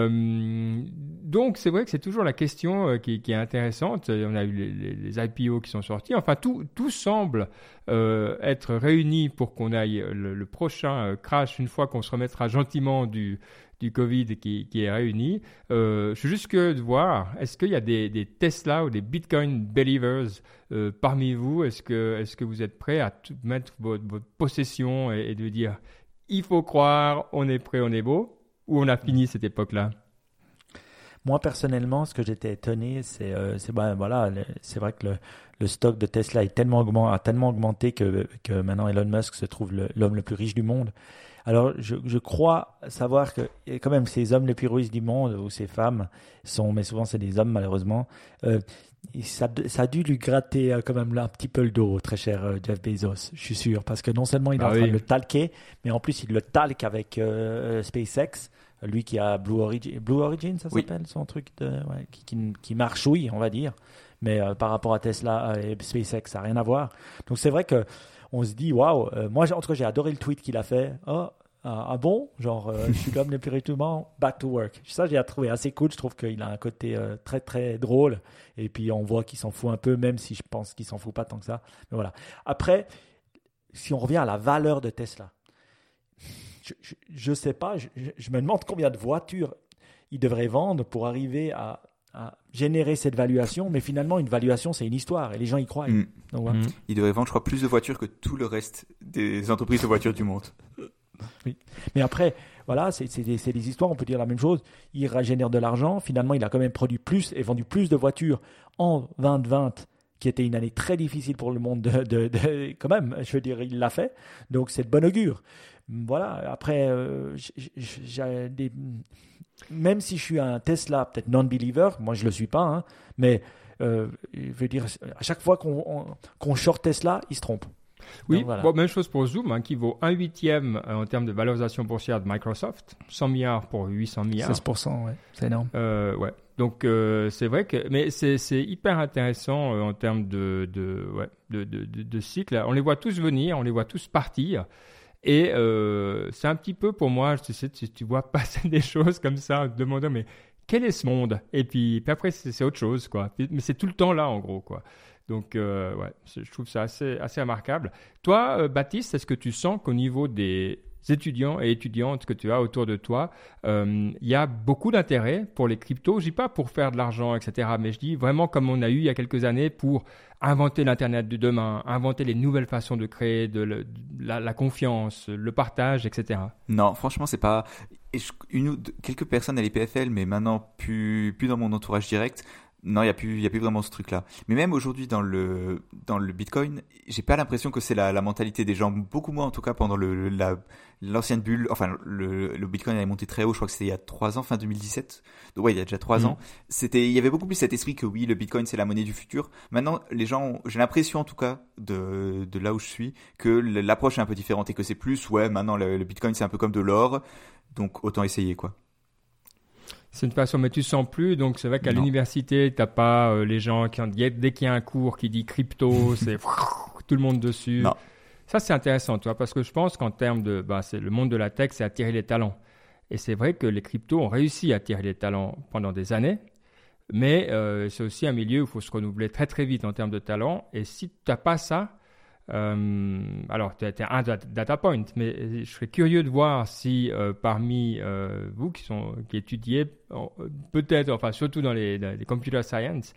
Donc c'est vrai que c'est toujours la question qui est intéressante. On a eu les IPO qui sont sortis. Enfin tout semble être réuni pour qu'on aille le prochain crash une fois qu'on se remettra gentiment du Covid qui est réuni. Je suis juste curieux de voir, est-ce qu'il y a des Tesla ou des Bitcoin believers parmi vous? Est-ce que vous êtes prêts à mettre votre possession et de dire il faut croire, on est prêt, on est beau? Ou on a fini cette époque-là? Moi, personnellement, ce que j'étais étonné, c'est vrai que le stock de Tesla a tellement augmenté que maintenant Elon Musk se trouve l'homme le plus riche du monde. Alors, je crois savoir que quand même ces hommes les plus riches du monde, ou ces femmes, mais souvent c'est des hommes malheureusement, ça a dû lui gratter quand même un petit peu le dos, très cher Jeff Bezos, je suis sûr. Parce que non seulement il est en train de le talquer, mais en plus il le talque avec SpaceX. Lui qui a Blue Origin, ça s'appelle, son truc qui marchouille, on va dire. Mais par rapport à Tesla et SpaceX, ça n'a rien à voir. Donc c'est vrai que on se dit, waouh, moi en tout cas j'ai adoré le tweet qu'il a fait. Bon, genre je suis l'homme le plus riche du monde, back to work. Ça j'ai trouvé assez cool. Je trouve qu'il a un côté très très drôle. Et puis on voit qu'il s'en fout un peu, même si je pense qu'il s'en fout pas tant que ça. Mais voilà. Après, si on revient à la valeur de Tesla, je sais pas. Je me demande combien de voitures ils devraient vendre pour arriver à générer cette valuation, mais finalement une valuation c'est une histoire et les gens y croient. Donc, voilà. Ils devraient vendre, je crois, plus de voitures que tout le reste des entreprises de voitures du monde. Oui. Mais après, voilà, c'est des histoires, on peut dire la même chose. Il génère de l'argent, finalement il a quand même produit plus et vendu plus de voitures en 2020, qui était une année très difficile pour le monde quand même, je veux dire, il l'a fait, donc c'est de bon augure. Voilà, après, même si je suis un Tesla, peut-être non-believer, moi je ne le suis pas, hein, mais je veux dire, à chaque fois qu'on short Tesla, il se trompe. Oui, Donc, voilà. bon, même chose pour Zoom, hein, qui vaut 1/8 en termes de valorisation boursière de Microsoft, 100 milliards pour 800 milliards. 16%, ouais, c'est énorme. Ouais. Donc c'est vrai que, mais c'est hyper intéressant en termes de cycle. On les voit tous venir, on les voit tous partir. Et c'est un petit peu pour moi, tu sais, tu vois passer des choses comme ça, en te demandant, mais quel est ce monde? Et puis après, c'est autre chose, quoi. Mais c'est tout le temps là, en gros, quoi. Donc, je trouve ça assez remarquable. Toi, Baptiste, est-ce que tu sens qu'au niveau des étudiants et étudiantes que tu as autour de toi, il y a beaucoup d'intérêt pour les cryptos? Je dis pas pour faire de l'argent, etc., mais je dis vraiment comme on a eu il y a quelques années pour inventer l'Internet de demain, inventer les nouvelles façons de créer la confiance, le partage, etc. Non, franchement, c'est pas. Quelques personnes à l'EPFL, mais maintenant plus dans mon entourage direct. Non, il y a plus vraiment ce truc-là. Mais même aujourd'hui dans le Bitcoin, j'ai pas l'impression que c'est la mentalité des gens, beaucoup moins en tout cas pendant l'ancienne bulle. Enfin, le Bitcoin avait monté très haut, je crois que c'était il y a 3 ans, fin 2017. Donc ouais, il y a déjà 3 ans. Il y avait beaucoup plus cet esprit que oui, le Bitcoin c'est la monnaie du futur. Maintenant, les gens, j'ai l'impression en tout cas de là où je suis, que l'approche est un peu différente et que c'est plus, ouais, maintenant le Bitcoin c'est un peu comme de l'or, donc autant essayer quoi. C'est une façon, mais tu sens plus. Donc, c'est vrai qu'à l'université, t'as pas les gens dès qu'il y a un cours qui dit crypto, c'est tout le monde dessus. Non. Ça, c'est intéressant, tu vois, parce que je pense qu'en termes c'est le monde de la tech, c'est attirer les talents. Et c'est vrai que les cryptos ont réussi à attirer les talents pendant des années. Mais c'est aussi un milieu où il faut se renouveler très, très vite en termes de talent. Et si tu n'as pas ça, alors, tu as un data point, mais je serais curieux de voir si parmi vous qui étudiez, peut-être, enfin surtout dans les computer science,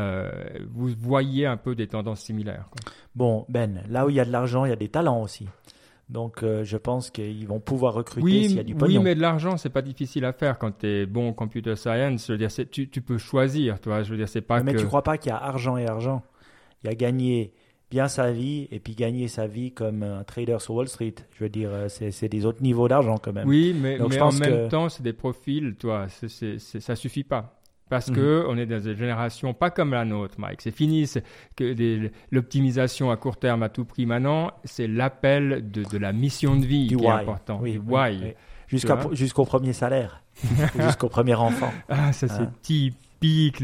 vous voyez un peu des tendances similaires, quoi. Bon, Ben, là où il y a de l'argent, il y a des talents aussi. Donc, je pense qu'ils vont pouvoir recruter s'il y a du pognon. Oui, mais de l'argent, c'est pas difficile à faire quand tu es bon en computer science. Je veux dire, tu peux choisir, tu vois. Je veux dire, c'est pas mais que... tu crois pas qu'il y a argent et argent? Il y a gagné bien sa vie et puis gagner sa vie comme un trader sur Wall Street. Je veux dire, c'est des autres niveaux d'argent quand même. Oui, mais en même que... temps, c'est des profils, toi, ça suffit pas. Parce que on est dans une génération pas comme la nôtre, Mike. C'est fini, l'optimisation à court terme à tout prix maintenant. C'est l'appel de la mission de vie qui est important. Oui, du why. Oui. Jusqu'au premier salaire, jusqu'au premier enfant. Ah, ça c'est typique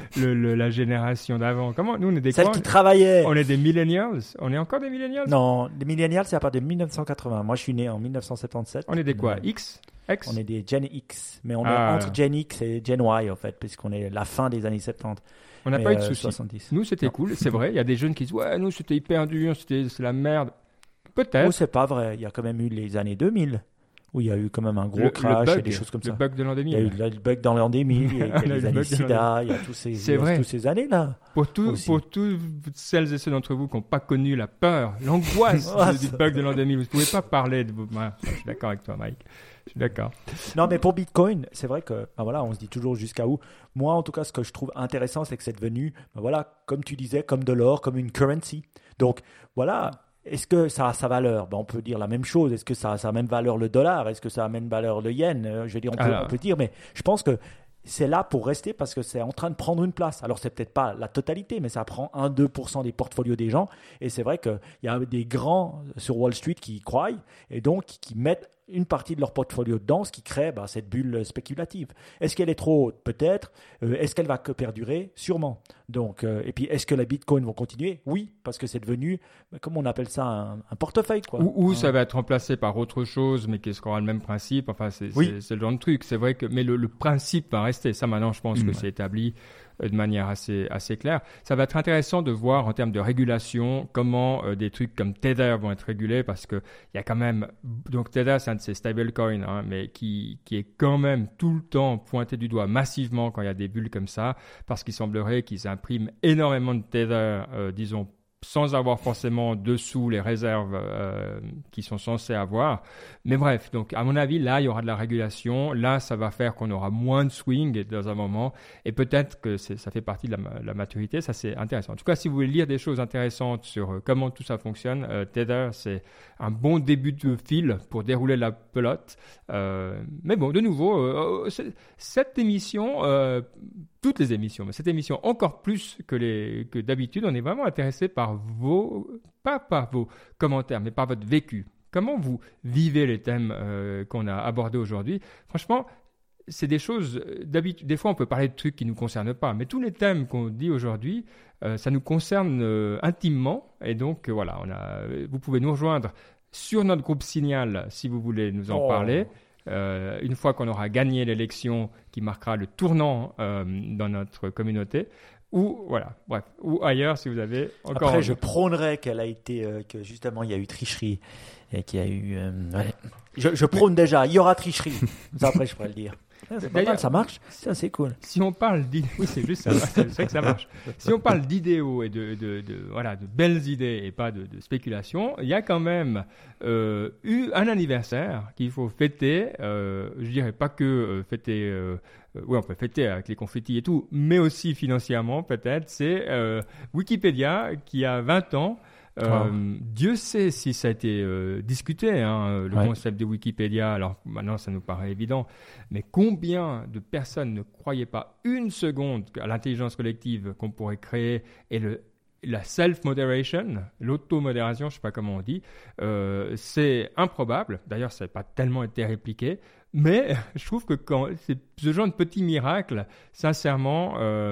la génération d'avant. Comment nous on est des Celle qui travaillait. On est des millennials. On est encore des millennials. Non, les millennials c'est à partir de 1980. Moi je suis né en 1977. On est des quoi? X? On est des Gen X, mais on est entre Gen X et Gen Y en fait, puisqu'on est la fin des années 70. On n'a pas eu de soucis. 70. Nous c'était cool, c'est vrai. Il y a des jeunes qui disent ouais, nous c'était hyper dur, c'est la merde. Peut-être. Oh, c'est pas vrai. Il y a quand même eu les années 2000 où il y a eu quand même un gros crash et des choses comme ça. Le bug de l'an 2000. Il y a eu le bug dans l'an 2000, il y a eu les années SIDA, il y a tous ces années-là. Pour toutes celles et ceux d'entre vous qui n'ont pas connu la peur, l'angoisse du bug de l'an 2000, vous ne pouvez pas parler de vous. Je suis d'accord avec toi, Mike. Je suis d'accord. Non, mais pour Bitcoin, c'est vrai que, on se dit toujours jusqu'à où. Moi, en tout cas, ce que je trouve intéressant, c'est que c'est devenu, comme tu disais, comme de l'or, comme une currency. Donc, voilà. Est-ce que ça a sa valeur? On peut dire la même chose. Est-ce que ça a sa même valeur le dollar? Est-ce que ça a la même valeur le yen? Je veux dire, on peut dire, mais je pense que c'est là pour rester parce que c'est en train de prendre une place. Alors, c'est peut-être pas la totalité, mais ça prend 1-2% des portfolios des gens. Et c'est vrai qu'il y a des grands sur Wall Street qui y croient et donc qui mettent une partie de leur portfolio dedans, ce qui crée cette bulle spéculative. Est-ce qu'elle est trop haute? Peut-être. Est-ce qu'elle va que perdurer? Sûrement. Donc, et puis, est-ce que les bitcoins vont continuer? Oui, parce que c'est devenu, comment on appelle ça, un portefeuille, quoi. Ou ça va être remplacé par autre chose, mais qui aura le même principe. Enfin, c'est le genre de truc. C'est vrai que, mais le principe va rester. Ça, maintenant, je pense que c'est établi de manière assez claire. Ça va être intéressant de voir en termes de régulation comment des trucs comme Tether vont être régulés parce que il y a quand même, donc Tether c'est un de ces stablecoins, mais qui est quand même tout le temps pointé du doigt massivement quand il y a des bulles comme ça parce qu'il semblerait qu'ils impriment énormément de Tether, disons sans avoir forcément dessous les réserves qu'ils sont censés avoir. Mais bref, donc à mon avis, là, il y aura de la régulation. Là, ça va faire qu'on aura moins de swing dans un moment. Et peut-être que ça fait partie de la maturité. Ça, c'est intéressant. En tout cas, si vous voulez lire des choses intéressantes sur comment tout ça fonctionne, Tether, c'est un bon début de fil pour dérouler la pelote. Mais bon, de nouveau, cette émission, toutes les émissions, mais cette émission encore plus que d'habitude, on est vraiment intéressé par pas par vos commentaires, mais par votre vécu. Comment vous vivez les thèmes qu'on a abordés aujourd'hui? Franchement, c'est des choses, d'habitude, des fois on peut parler de trucs qui ne nous concernent pas, mais tous les thèmes qu'on dit aujourd'hui, ça nous concerne intimement. Et donc voilà, vous pouvez nous rejoindre sur notre groupe Signal si vous voulez nous en parler. Une fois qu'on aura gagné l'élection qui marquera le tournant dans notre communauté, ou voilà, bref, ou ailleurs si vous avez encore. Après, je prônerais que justement il y a eu tricherie et qu'il y a eu. Ouais. Je prône déjà, il y aura tricherie. Ça, après, je pourrais le dire. C'est pas mal, ça marche. Ça, c'est cool. Si on parle oui, c'est juste ça. C'est vrai que ça marche. Si on parle d'idéaux et de belles idées et pas de spéculation, il y a quand même eu un anniversaire qu'il faut fêter. Je dirais pas que fêter. Oui, on peut fêter avec les confettis et tout, mais aussi financièrement peut-être. C'est Wikipédia qui a 20 ans. Dieu sait si ça a été discuté, le concept de Wikipédia. Alors maintenant, ça nous paraît évident. Mais combien de personnes ne croyaient pas une seconde à l'intelligence collective qu'on pourrait créer et la self-moderation, l'automodération, je ne sais pas comment on dit, c'est improbable. D'ailleurs, ça n'a pas tellement été répliqué. Mais je trouve que quand c'est ce genre de petit miracle, sincèrement...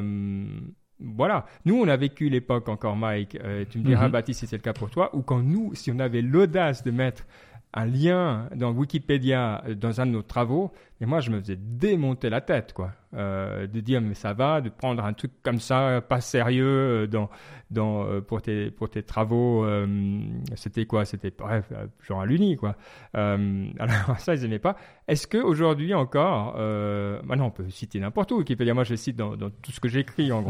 Voilà, nous on a vécu l'époque encore, Mike, tu me diras Baptiste si c'est le cas pour toi, ou quand nous, si on avait l'audace de mettre un lien dans Wikipédia dans un de nos travaux, et moi je me faisais démonter la tête, quoi, de dire mais ça va, de prendre un truc comme ça, pas sérieux pour tes travaux, c'était quoi, c'était bref, genre à l'uni, quoi. Alors ça ils n'aimaient pas. Est-ce qu'aujourd'hui encore, maintenant on peut citer n'importe où Wikipédia, moi je cite dans tout ce que j'écris en gros.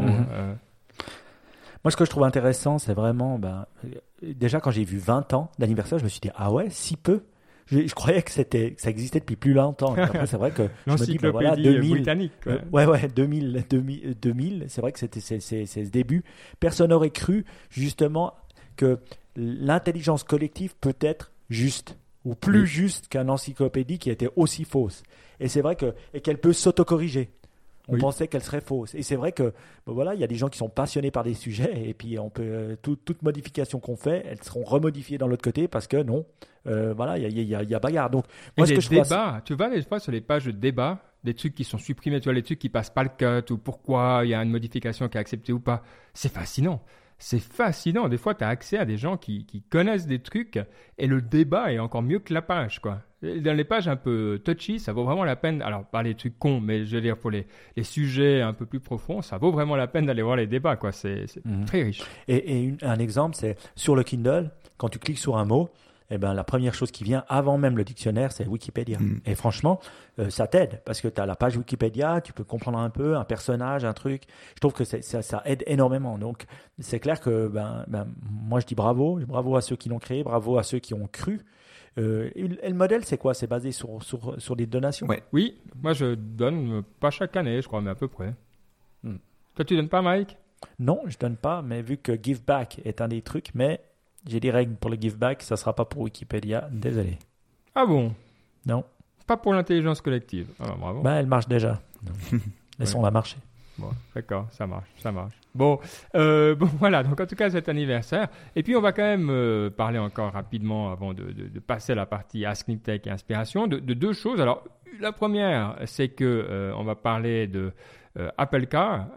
Moi, ce que je trouve intéressant, c'est vraiment, déjà quand j'ai vu 20 ans d'anniversaire, je me suis dit, ah ouais, si peu. Je croyais que ça existait depuis plus longtemps. Après, c'est vrai que je me dis, voilà, 2000, britannique. Ouais, 2000, c'est vrai que c'est ce début. Personne n'aurait cru, justement, que l'intelligence collective peut être juste, ou plus juste qu'une encyclopédie qui était aussi fausse. Et c'est vrai et qu'elle peut s'autocorriger. On pensait qu'elle serait fausse. Et c'est vrai que voilà, il y a des gens qui sont passionnés par des sujets et puis on peut toute modification qu'on fait, elles seront remodifiées dans l'autre côté parce que non, voilà, il y a bagarre. Donc moi, débats, tu vas des fois sur les pages de débat, des trucs qui sont supprimés, tu vois, les trucs qui passent pas le cut ou pourquoi il y a une modification qui est acceptée ou pas. C'est fascinant. C'est fascinant. Des fois, tu as accès à des gens qui connaissent des trucs et le débat est encore mieux que la page, quoi. Dans les pages un peu touchy, ça vaut vraiment la peine. Alors, pas les trucs cons, mais je veux dire, pour les sujets un peu plus profonds, ça vaut vraiment la peine d'aller voir les débats, quoi. C'est très riche. Et un exemple, c'est sur le Kindle, quand tu cliques sur un mot, la première chose qui vient avant même le dictionnaire, c'est Wikipédia. Et franchement, ça t'aide parce que tu as la page Wikipédia, tu peux comprendre un peu un personnage, un truc. Je trouve que ça aide énormément. Donc, c'est clair que moi, je dis bravo à ceux qui l'ont créé, bravo à ceux qui ont cru. Et le modèle, c'est quoi? C'est basé sur des donations? Oui, moi, je donne pas chaque année, je crois, mais à peu près. Toi, tu donnes pas, Mike? Non, je donne pas, mais vu que Give Back est un des trucs, mais... J'ai des règles pour le give back, ça ne sera pas pour Wikipédia, désolé. Ah bon? Non. Pas pour l'intelligence collective. Ah, bravo. Elle marche déjà. Laissons-la marcher. Bon, d'accord, ça marche. Bon, voilà, donc en tout cas cet anniversaire. Et puis on va quand même parler encore rapidement avant de passer à la partie Ask Niptech et Inspiration de deux choses. Alors la première, c'est que on va parler de Apple Car.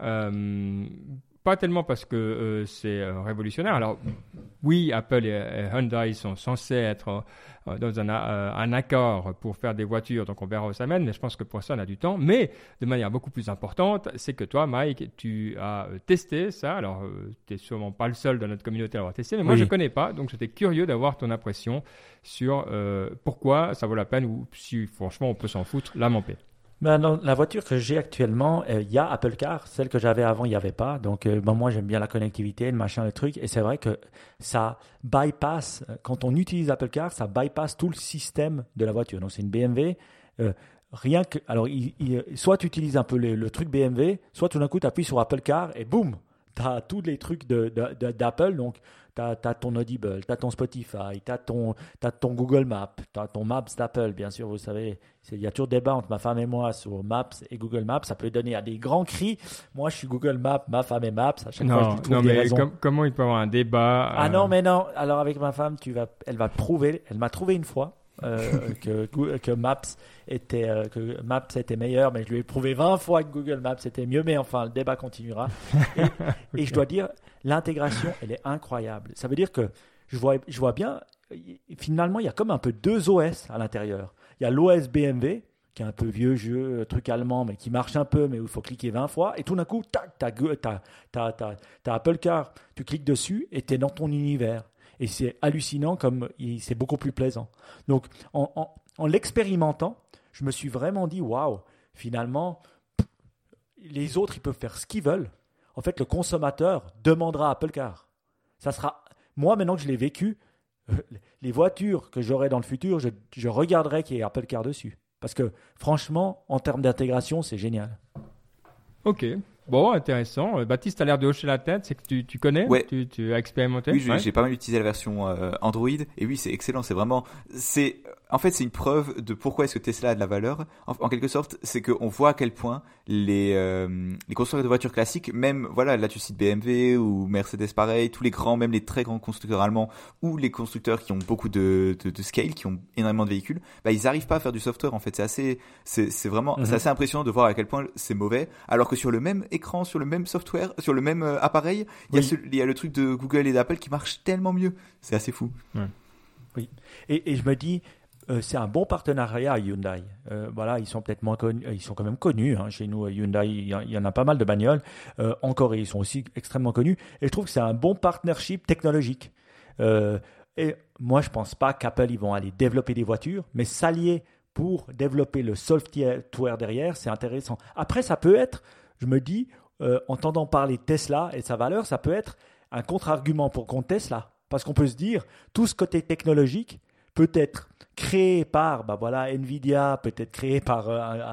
Pas tellement parce que c'est révolutionnaire. Alors, oui, Apple et Hyundai sont censés être dans un accord pour faire des voitures, donc on verra où ça mène, mais je pense que pour ça, on a du temps. Mais de manière beaucoup plus importante, c'est que toi, Mike, tu as testé ça. Alors, tu n'es sûrement pas le seul dans notre communauté à l'avoir testé, mais moi, je ne connais pas, donc j'étais curieux d'avoir ton impression sur pourquoi ça vaut la peine ou si, franchement, on peut s'en foutre, là, m'en paix. Dans la voiture que j'ai actuellement, il y a Apple Car. Celle que j'avais avant, il n'y avait pas. Donc, moi, j'aime bien la connectivité, le machin, le truc. Et c'est vrai que ça bypass, quand on utilise Apple Car, ça bypass tout le système de la voiture. Donc, c'est une BMW. Rien que. Alors, soit tu utilises un peu le truc BMW, soit tout d'un coup, tu appuies sur Apple Car et boum, tu as tous les trucs d'Apple. Donc, tu as ton Audible, tu as ton Spotify, tu as ton Google Maps, tu as ton Maps d'Apple, bien sûr, vous savez. Il y a toujours débat entre ma femme et moi sur Maps et Google Maps. Ça peut donner à des grands cris. Moi, je suis Google Maps, ma femme est Maps. À chaque fois, je lui trouve des raisons. Comment il peut y avoir un débat Non, mais non. Alors, avec ma femme, elle va prouver. Elle m'a trouvé une fois que Maps était meilleur, mais je lui ai prouvé 20 fois que Google Maps était mieux. Mais enfin, le débat continuera. Et je dois dire, l'intégration, elle est incroyable. Ça veut dire que je vois bien, finalement, il y a comme un peu deux OS à l'intérieur. Il y a l'OS BMW, qui est un peu vieux jeu, truc allemand, mais qui marche un peu, mais où il faut cliquer 20 fois. Et tout d'un coup, tac, t'as Apple Car. Tu cliques dessus et tu es dans ton univers. Et c'est hallucinant, c'est beaucoup plus plaisant. Donc, en l'expérimentant, je me suis vraiment dit, waouh, finalement, les autres, ils peuvent faire ce qu'ils veulent. En fait, le consommateur demandera à Apple Car. Ça sera, moi, maintenant que je l'ai vécu, les voitures que j'aurai dans le futur, je regarderai qu'il y ait Apple Car dessus. Parce que, franchement, en termes d'intégration, c'est génial. Ok. Bon, intéressant. Baptiste a l'air de hocher la tête. C'est que tu connais ouais. Tu as expérimenté? Oui, j'ai pas mal utilisé la version Android. Et oui, c'est excellent. En fait, c'est une preuve de pourquoi est-ce que Tesla a de la valeur. En quelque sorte, c'est qu'on voit à quel point les constructeurs de voitures classiques, même, voilà, là tu cites BMW ou Mercedes pareil, tous les grands, même les très grands constructeurs allemands ou les constructeurs qui ont beaucoup de scale, qui ont énormément de véhicules, bah, ils arrivent pas à faire du software, en fait. C'est vraiment, c'est assez impressionnant de voir à quel point c'est mauvais. Alors que sur le même écran, sur le même software, sur le même appareil, il y a le truc de Google et d'Apple qui marche tellement mieux. C'est assez fou. Ouais. Oui. Et je me dis, c'est un bon partenariat à Hyundai. Voilà, ils sont peut-être moins connus, ils sont quand même connus chez nous. Hyundai, il y en a pas mal de bagnoles. En Corée, ils sont aussi extrêmement connus. Et je trouve que c'est un bon partnership technologique. Et moi, je pense pas qu'Apple ils vont aller développer des voitures, mais s'allier pour développer le software derrière, c'est intéressant. Après, ça peut être, je me dis, entendant parler de Tesla et de sa valeur, ça peut être un contre-argument pour contre Tesla. Parce qu'on peut se dire, tout ce côté technologique peut être créé par Nvidia, peut-être créé par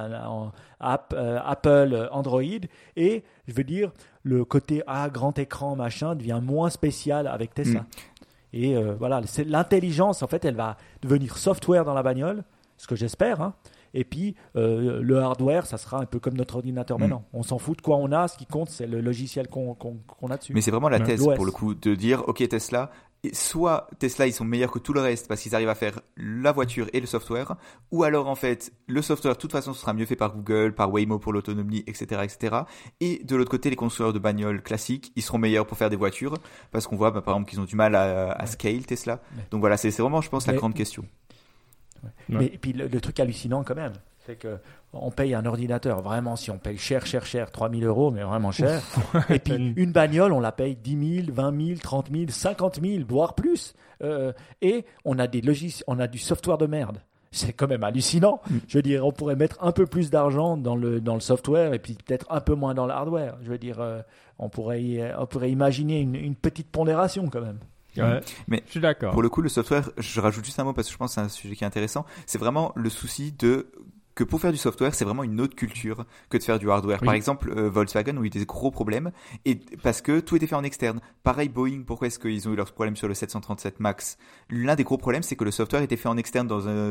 Apple, Android, et je veux dire, le côté grand écran, machin, devient moins spécial avec Tesla. Et voilà, c'est l'intelligence, en fait, elle va devenir software dans la bagnole, ce que j'espère, Et puis, le hardware, ça sera un peu comme notre ordinateur maintenant. On s'en fout de quoi on a, ce qui compte, c'est le logiciel qu'on a dessus. Mais c'est vraiment la thèse, pour le coup, de dire, OK, Tesla, soit Tesla, ils sont meilleurs que tout le reste parce qu'ils arrivent à faire la voiture et le software, ou alors, en fait, le software, de toute façon, ce sera mieux fait par Google, par Waymo pour l'autonomie, etc., etc. Et de l'autre côté, les constructeurs de bagnoles classiques, ils seront meilleurs pour faire des voitures parce qu'on voit, par exemple, qu'ils ont du mal à scale, Tesla. Donc voilà, c'est vraiment, je pense, la grande question. Ouais. Mais et puis le truc hallucinant quand même, c'est qu'on paye un ordinateur, vraiment, si on paye cher, 3 000 euros, mais vraiment cher. Et puis une bagnole, on la paye 10 000, 20 000, 30 000, 50 000, voire plus. Et on a on a du software de merde. C'est quand même hallucinant. Je veux dire, on pourrait mettre un peu plus d'argent dans le software et puis peut-être un peu moins dans le hardware. Je veux dire, on pourrait imaginer une petite pondération quand même. Ouais, mais je suis d'accord. Pour le coup, le software, je rajoute juste un mot parce que je pense que c'est un sujet qui est intéressant. C'est vraiment le souci que pour faire du software, c'est vraiment une autre culture que de faire du hardware. Oui. Par exemple, Volkswagen ont eu des gros problèmes et parce que tout était fait en externe. Pareil, Boeing, pourquoi est-ce qu'ils ont eu leurs problèmes sur le 737 Max? L'un des gros problèmes, c'est que le software était fait en externe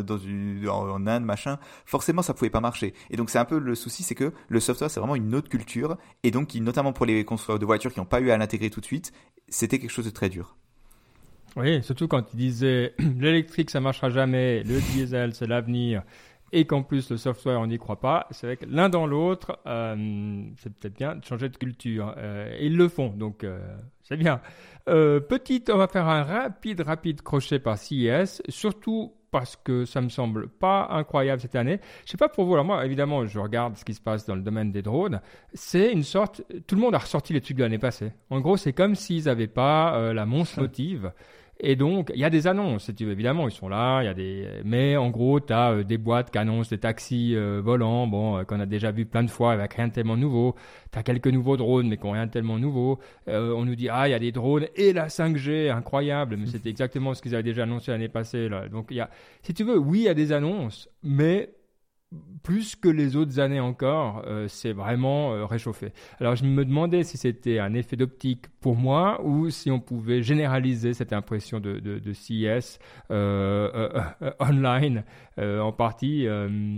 en Inde, machin. Forcément, ça pouvait pas marcher. Et donc, c'est un peu le souci, c'est que le software, c'est vraiment une autre culture et donc, notamment pour les constructeurs de voitures qui n'ont pas eu à l'intégrer tout de suite, c'était quelque chose de très dur. Oui, surtout quand il disait l'électrique ça marchera jamais, le diesel c'est l'avenir et qu'en plus le software on n'y croit pas. C'est vrai que l'un dans l'autre, c'est peut-être bien de changer de culture. Et ils le font, donc c'est bien. On va faire un rapide crochet par CES, surtout parce que ça me semble pas incroyable cette année. Je sais pas pour vous, alors moi évidemment je regarde ce qui se passe dans le domaine des drones. C'est une sorte, tout le monde a ressorti les trucs de l'année passée. En gros c'est comme s'ils n'avaient pas la Monce Motive. Et donc, il y a des annonces, si tu veux. Évidemment, ils sont là, mais en gros, tu as des boîtes qui annoncent des taxis volants, qu'on a déjà vu plein de fois avec rien de tellement nouveau. Tu as quelques nouveaux drones, mais qui n'ont rien de tellement nouveau. On nous dit, il y a des drones et la 5G, incroyable. Mais c'était exactement ce qu'ils avaient déjà annoncé l'année passée, là. Donc, si tu veux, oui, il y a des annonces, mais plus que les autres années encore, c'est vraiment réchauffé. Alors, je me demandais si c'était un effet d'optique pour moi ou si on pouvait généraliser cette impression de CES online, en partie,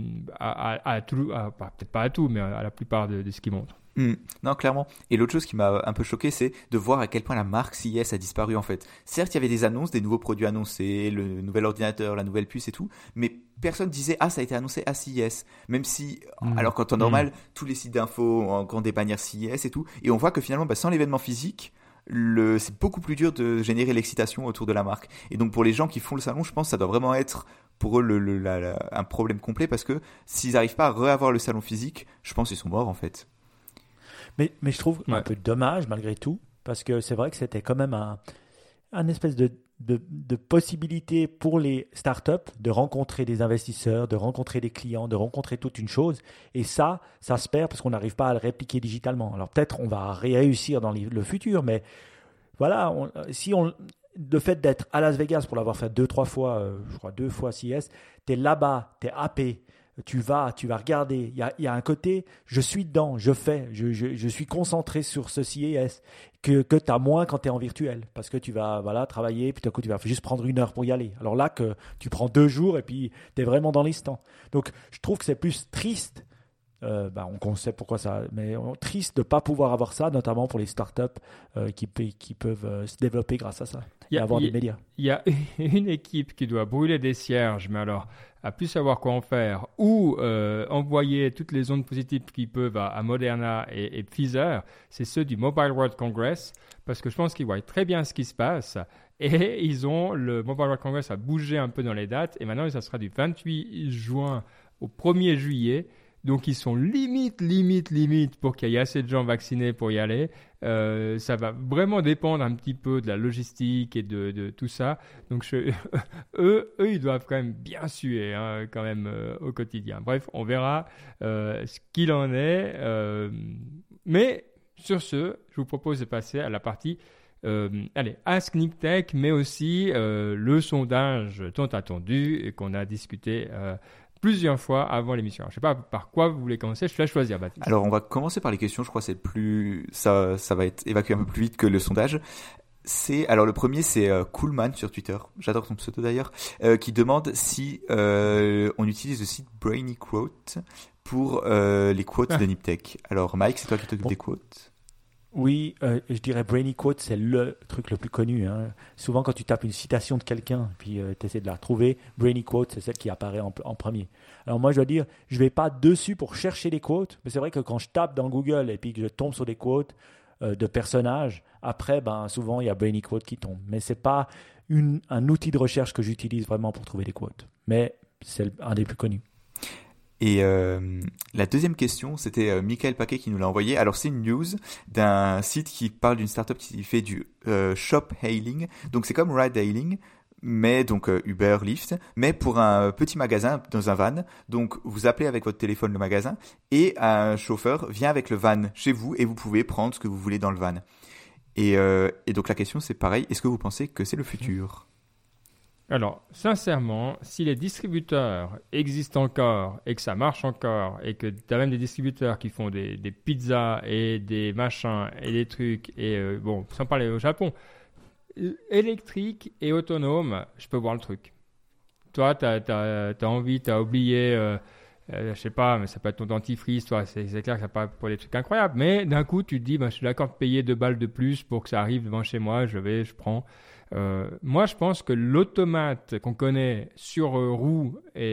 peut-être pas à tout, mais à la plupart de ce qu'ils montrent. Non, clairement. Et l'autre chose qui m'a un peu choqué, c'est de voir à quel point la marque CES a disparu en fait. Certes, il y avait des annonces, des nouveaux produits annoncés, le nouvel ordinateur, la nouvelle puce et tout, mais personne disait ça a été annoncé à CES. Même si, alors qu'en temps normal, tous les sites d'infos ont encore des bannières CES et tout, et on voit que finalement, sans l'événement physique, c'est beaucoup plus dur de générer l'excitation autour de la marque. Et donc pour les gens qui font le salon, je pense que ça doit vraiment être pour eux un problème complet, parce que s'ils n'arrivent pas à reavoir le salon physique, je pense qu'ils sont morts en fait. Mais je trouve un peu dommage malgré tout, parce que c'est vrai que c'était quand même un espèce de possibilité pour les startups de rencontrer des investisseurs, de rencontrer des clients, de rencontrer toute une chose. Et ça se perd parce qu'on n'arrive pas à le répliquer digitalement. Alors peut-être on va réussir dans le futur, mais voilà, le fait d'être à Las Vegas pour l'avoir fait 2-3 fois, je crois 2 fois CES, tu es là-bas, tu es happé. Tu vas regarder. Il y a un côté, je suis dedans, je suis concentré sur ce CES que tu as moins quand tu es en virtuel. Parce que tu vas travailler, puis tout à coup, tu vas juste prendre 1 heure pour y aller. Alors là, que tu prends 2 jours et puis tu es vraiment dans l'instant. Donc, je trouve que c'est plus triste. On sait pourquoi ça, mais triste de ne pas pouvoir avoir ça, notamment pour les startups qui peuvent se développer grâce à ça et avoir des médias. Il y a une équipe qui doit brûler des cierges, mais alors à plus savoir quoi en faire, ou envoyer toutes les ondes positives qu'ils peuvent à Moderna et Pfizer, c'est ceux du Mobile World Congress, parce que je pense qu'ils voient très bien ce qui se passe. Et le Mobile World Congress a bougé un peu dans les dates, et maintenant ça sera du 28 juin au 1er juillet. Donc, ils sont limite pour qu'il y ait assez de gens vaccinés pour y aller. Ça va vraiment dépendre un petit peu de la logistique et de tout ça. Donc, eux, ils doivent quand même bien suer quand même au quotidien. Bref, on verra ce qu'il en est. Mais sur ce, je vous propose de passer à la partie Ask Nick Tech, mais aussi le sondage tant attendu et qu'on a discuté plusieurs fois avant l'émission. Alors, je ne sais pas par quoi vous voulez commencer, je te laisse choisir, Baptiste. Alors, on va commencer par les questions, je crois que ça va être évacué un peu plus vite que le sondage. Alors le premier, c'est Coolman sur Twitter, j'adore son pseudo d'ailleurs, qui demande si on utilise le site Brainy Quote pour les quotes de Niptech. Alors Mike, c'est toi qui t'occupes des quotes? Oui, je dirais Brainy Quote, c'est le truc le plus connu. Souvent, quand tu tapes une citation de quelqu'un, puis tu essaies de la retrouver, Brainy Quote, c'est celle qui apparaît en premier. Alors moi, je dois dire, je ne vais pas dessus pour chercher des quotes, mais c'est vrai que quand je tape dans Google et puis que je tombe sur des quotes de personnages, après, souvent, il y a Brainy Quote qui tombe. Mais ce n'est pas un outil de recherche que j'utilise vraiment pour trouver des quotes. Mais c'est un des plus connus. Et la deuxième question, c'était Michael Paquet qui nous l'a envoyé. Alors c'est une news d'un site qui parle d'une startup qui fait du shop hailing. Donc c'est comme ride hailing, mais donc Uber, Lyft, mais pour un petit magasin dans un van. Donc vous appelez avec votre téléphone le magasin et un chauffeur vient avec le van chez vous et vous pouvez prendre ce que vous voulez dans le van. Et donc la question c'est pareil, est-ce que vous pensez que c'est le futur ? Alors, sincèrement, si les distributeurs existent encore et que ça marche encore et que tu as même des distributeurs qui font des pizzas et des machins et des trucs et sans parler au Japon, électrique et autonome, je peux voir le truc. Toi, t'as envie, t'as oublié, je sais pas, mais ça peut être ton dentifrice, toi, c'est clair que ça peut être pour des trucs incroyables, mais d'un coup, tu te dis, je suis d'accord de payer 2 balles de plus pour que ça arrive devant chez moi, je prends. Moi, je pense que l'automate qu'on connaît sur roue,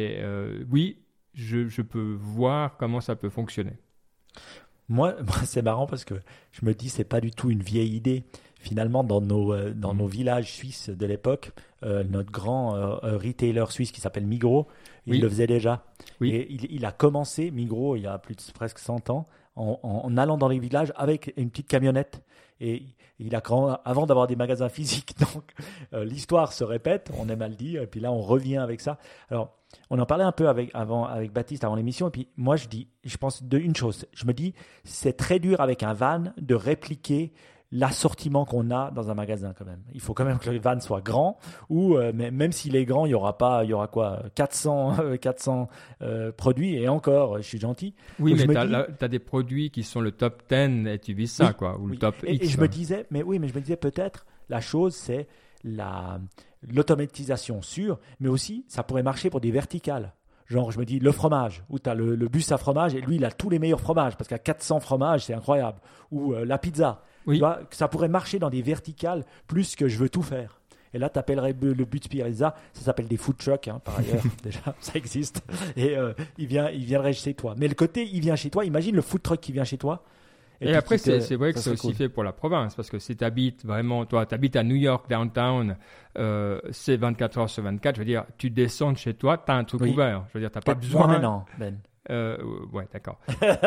oui, je peux voir comment ça peut fonctionner. Moi, c'est marrant parce que je me dis, c'est pas du tout une vieille idée. finalement, dans nos villages suisses de l'époque, notre grand retailer suisse qui s'appelle Migros, il le faisait déjà. Oui. Et il a commencé, Migros, il y a presque 100 ans, en allant dans les villages avec une petite camionnette. Et avant d'avoir des magasins physiques. Donc, l'histoire se répète, on aime à le dire, et puis là, on revient avec ça. Alors, on en parlait un peu avec Baptiste avant l'émission, et puis moi, je pense d'une chose. Je me dis, c'est très dur avec un van de répliquer l'assortiment qu'on a dans un magasin quand même. Il faut quand même que le van soit grand, ou même s'il est grand, il y aura quoi, 400 produits, et encore, je suis gentil. Oui, donc, mais tu as des produits qui sont le top 10 et tu vises ça, quoi, ou le top X. Et je me disais, peut-être la chose, c'est l'automatisation sûre, mais aussi ça pourrait marcher pour des verticales. Genre, je me dis, le fromage, où tu as le bus à fromage, et lui, il a tous les meilleurs fromages, parce qu'il y a 400 fromages, c'est incroyable. Ou la pizza. Oui. Tu vois, ça pourrait marcher dans des verticales plus que je veux tout faire. Et là, tu appellerais le but Pizza, ça s'appelle des food trucks, par ailleurs, déjà, ça existe. Et il viendrait chez toi. Mais le côté, il vient chez toi, imagine le food truck qui vient chez toi. Et après, c'est vrai que c'est aussi fait pour la province, parce que si tu habites vraiment, toi, tu habites à New York, downtown, c'est 24 heures sur 24, je veux dire, tu descends de chez toi, tu as un truc ouvert. Je veux dire, tu n'as pas besoin. Maintenant, Ben. Ouais, d'accord.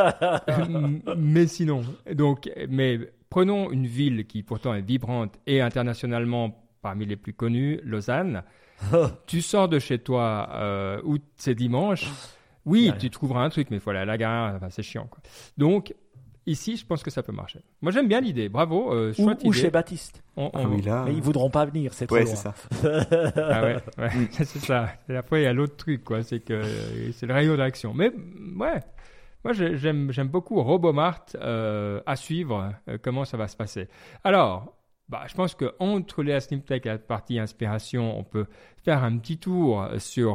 Mais sinon, mais prenons une ville qui pourtant est vibrante et internationalement parmi les plus connues, Lausanne. Tu sors de chez toi, où c'est dimanche. Oui, tu trouveras un truc, mais il faut aller à la gare, enfin, c'est chiant, quoi. Donc, ici, je pense que ça peut marcher. Moi, j'aime bien l'idée. Bravo. Chouette idée. Ou chez Baptiste. Oui, là... Mais ils voudront pas venir, c'est trop loin. C'est ça. Ah ouais, c'est ça. Et après, il y a l'autre truc, quoi. C'est que c'est le rayon d'action. Mais ouais, moi, j'aime beaucoup Robomart, à suivre comment ça va se passer. Alors, je pense qu'entre les Slimtech et la partie inspiration, on peut faire un petit tour sur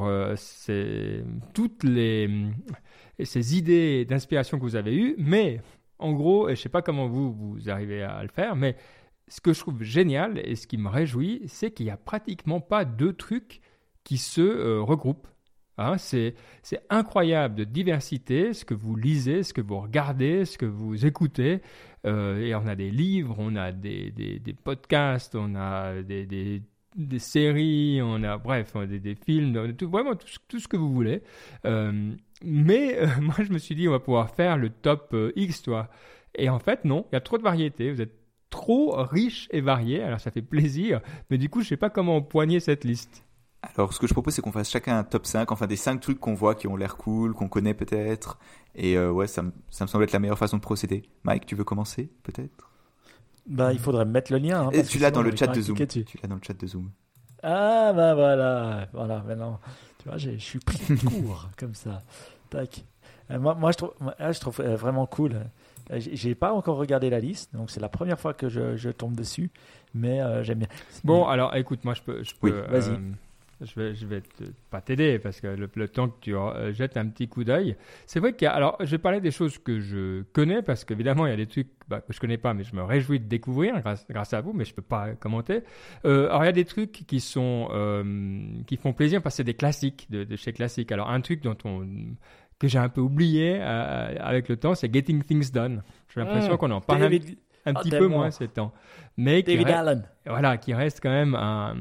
toutes ces idées d'inspiration que vous avez eues. Mais en gros, et je ne sais pas comment vous arrivez à le faire, mais ce que je trouve génial et ce qui me réjouit, c'est qu'il n'y a pratiquement pas deux trucs qui se regroupent. Hein, c'est incroyable de diversité, ce que vous lisez, ce que vous regardez, ce que vous écoutez. Et on a des livres, on a des podcasts, on a des séries, on a des films, vraiment tout ce que vous voulez. Mais moi, je me suis dit, on va pouvoir faire le top X, toi. Et en fait, non, il y a trop de variétés. Vous êtes trop riche et varié. Alors, ça fait plaisir. Mais du coup, je ne sais pas comment empoigner cette liste. Alors, ce que je propose, c'est qu'on fasse chacun un top 5, enfin des 5 trucs qu'on voit qui ont l'air cool, qu'on connaît peut-être. Et ouais, ça me semble être la meilleure façon de procéder. Mike, tu veux commencer, peut-être ? Il faudrait me mettre le lien. Et tu l'as dans le chat de Zoom. Tu l'as dans le chat de Zoom. Ah, voilà, maintenant. Tu vois, je suis pris de court, comme ça. Tac. Moi, je trouve vraiment cool. J'ai pas encore regardé la liste, donc c'est la première fois que je tombe dessus, mais j'aime bien. Bon, alors écoute, moi je peux oui, vas-y. Je vais pas t'aider parce que le temps que tu jettes un petit coup d'œil, c'est vrai alors je vais parler des choses que je connais parce qu'évidemment il y a des trucs que je connais pas, mais je me réjouis de découvrir grâce à vous, mais je peux pas commenter. Alors il y a des trucs qui font plaisir parce que c'est des classiques de chez Classique. Alors un truc que j'ai un peu oublié avec le temps, c'est Getting Things Done. J'ai l'impression qu'on en parle un petit peu moins ces temps, mais David Allen. Voilà, qui reste quand même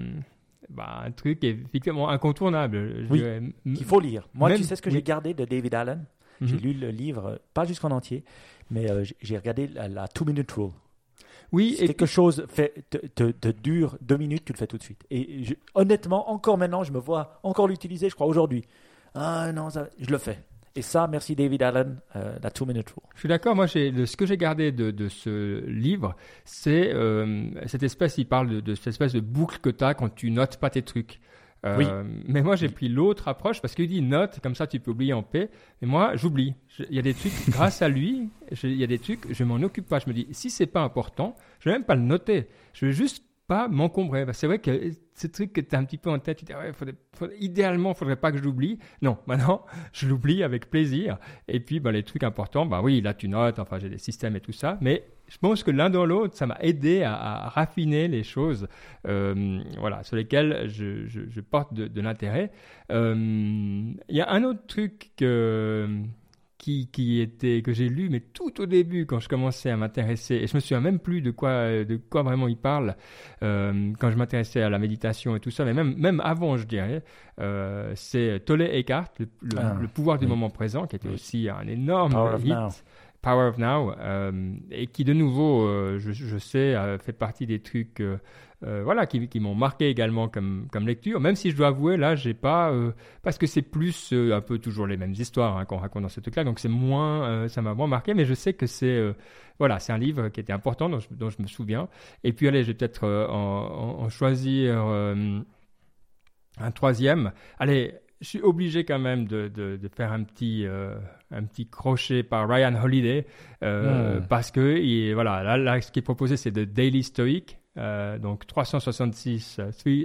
un truc effectivement incontournable. Qu'il faut lire. Moi, même, tu sais ce que j'ai gardé de David Allen ? J'ai lu le livre, pas jusqu'en entier, mais j'ai regardé la 2-minute rule. Oui, si quelque chose te dure 2 minutes, tu le fais tout de suite. Et honnêtement, encore maintenant, je me vois encore l'utiliser, je crois, aujourd'hui. Ah non, je le fais. Et ça, merci David Allen, la 2-minute rule. Je suis d'accord. Moi, ce que j'ai gardé de ce livre, c'est cette espèce, il parle de cette espèce de boucle que tu as quand tu notes pas tes trucs. Oui. Mais moi, j'ai pris l'autre approche parce qu'il dit note, comme ça tu peux oublier en paix. Et moi, j'oublie. Il y a des trucs, grâce à lui, il y a des trucs, je m'en occupe pas. Je me dis, si c'est pas important, je vais même pas le noter. Je vais juste pas m'encombrer. C'est vrai que ce truc que tu as un petit peu en tête, tu dis, idéalement, il faudrait pas que je l'oublie. Non, maintenant, je l'oublie avec plaisir. Et puis, les trucs importants, oui, là, tu notes, enfin, j'ai des systèmes et tout ça. Mais je pense que l'un dans l'autre, ça m'a aidé à raffiner les choses sur lesquelles je porte de l'intérêt. Il y a un autre truc que j'ai lu, mais tout au début, quand je commençais à m'intéresser, et je me souviens même plus de quoi vraiment il parle, quand je m'intéressais à la méditation et tout ça, mais même avant, je dirais, c'est Tolle Eckhart, le pouvoir du moment présent, qui était aussi un énorme hit. Power of Now, et qui de nouveau, je sais, fait partie des trucs qui m'ont marqué également comme lecture, même si je dois avouer, là, j'ai pas, parce que c'est plus un peu toujours les mêmes histoires qu'on raconte dans ce truc-là, donc c'est moins, ça m'a moins marqué, mais je sais que c'est un livre qui était important, dont je me souviens. Et puis, allez, je vais peut-être en choisir un troisième. Allez, je suis obligé quand même de faire un petit crochet par Ryan Holiday parce que là, ce qui est proposé, c'est The Daily Stoic, donc 366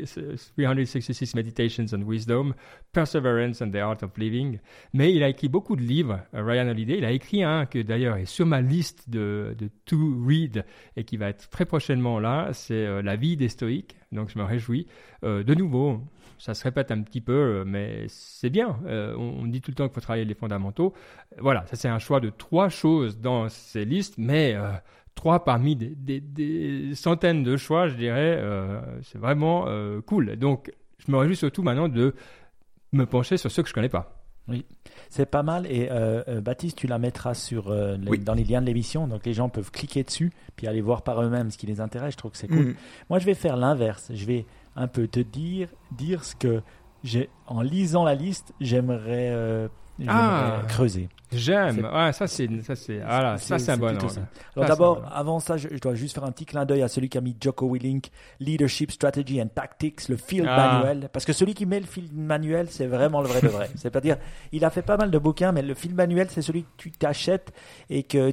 Meditations on Wisdom, Perseverance and the Art of Living. Mais il a écrit beaucoup de livres, Ryan Holiday. Il a écrit un que d'ailleurs est sur ma liste de to read et qui va être très prochainement là, c'est La vie des stoïques. Donc je me réjouis. De nouveau, ça se répète un petit peu, mais c'est bien. On dit tout le temps qu'il faut travailler les fondamentaux. Voilà, ça c'est un choix de 3 choses dans ces listes, mais 3 parmi des centaines de choix, je dirais. C'est vraiment cool. Donc, je me réjouis surtout maintenant de me pencher sur ceux que je ne connais pas. Oui, c'est pas mal. Et Baptiste, tu la mettras dans les liens de l'émission. Donc, les gens peuvent cliquer dessus puis aller voir par eux-mêmes ce qui les intéresse. Je trouve que c'est cool. Moi, je vais faire l'inverse. Je vais un peu te dire ce que en lisant la liste, j'aimerais creuser. J'aime. Ça c'est un bon angle. Alors d'abord, avant ça, je dois juste faire un petit clin d'œil à celui qui a mis Jocko Willink, Leadership, Strategy and Tactics, le field manual. Parce que celui qui met le field manual, c'est vraiment le vrai de vrai. C'est-à-dire, il a fait pas mal de bouquins, mais le field manual, c'est celui que tu t'achètes et que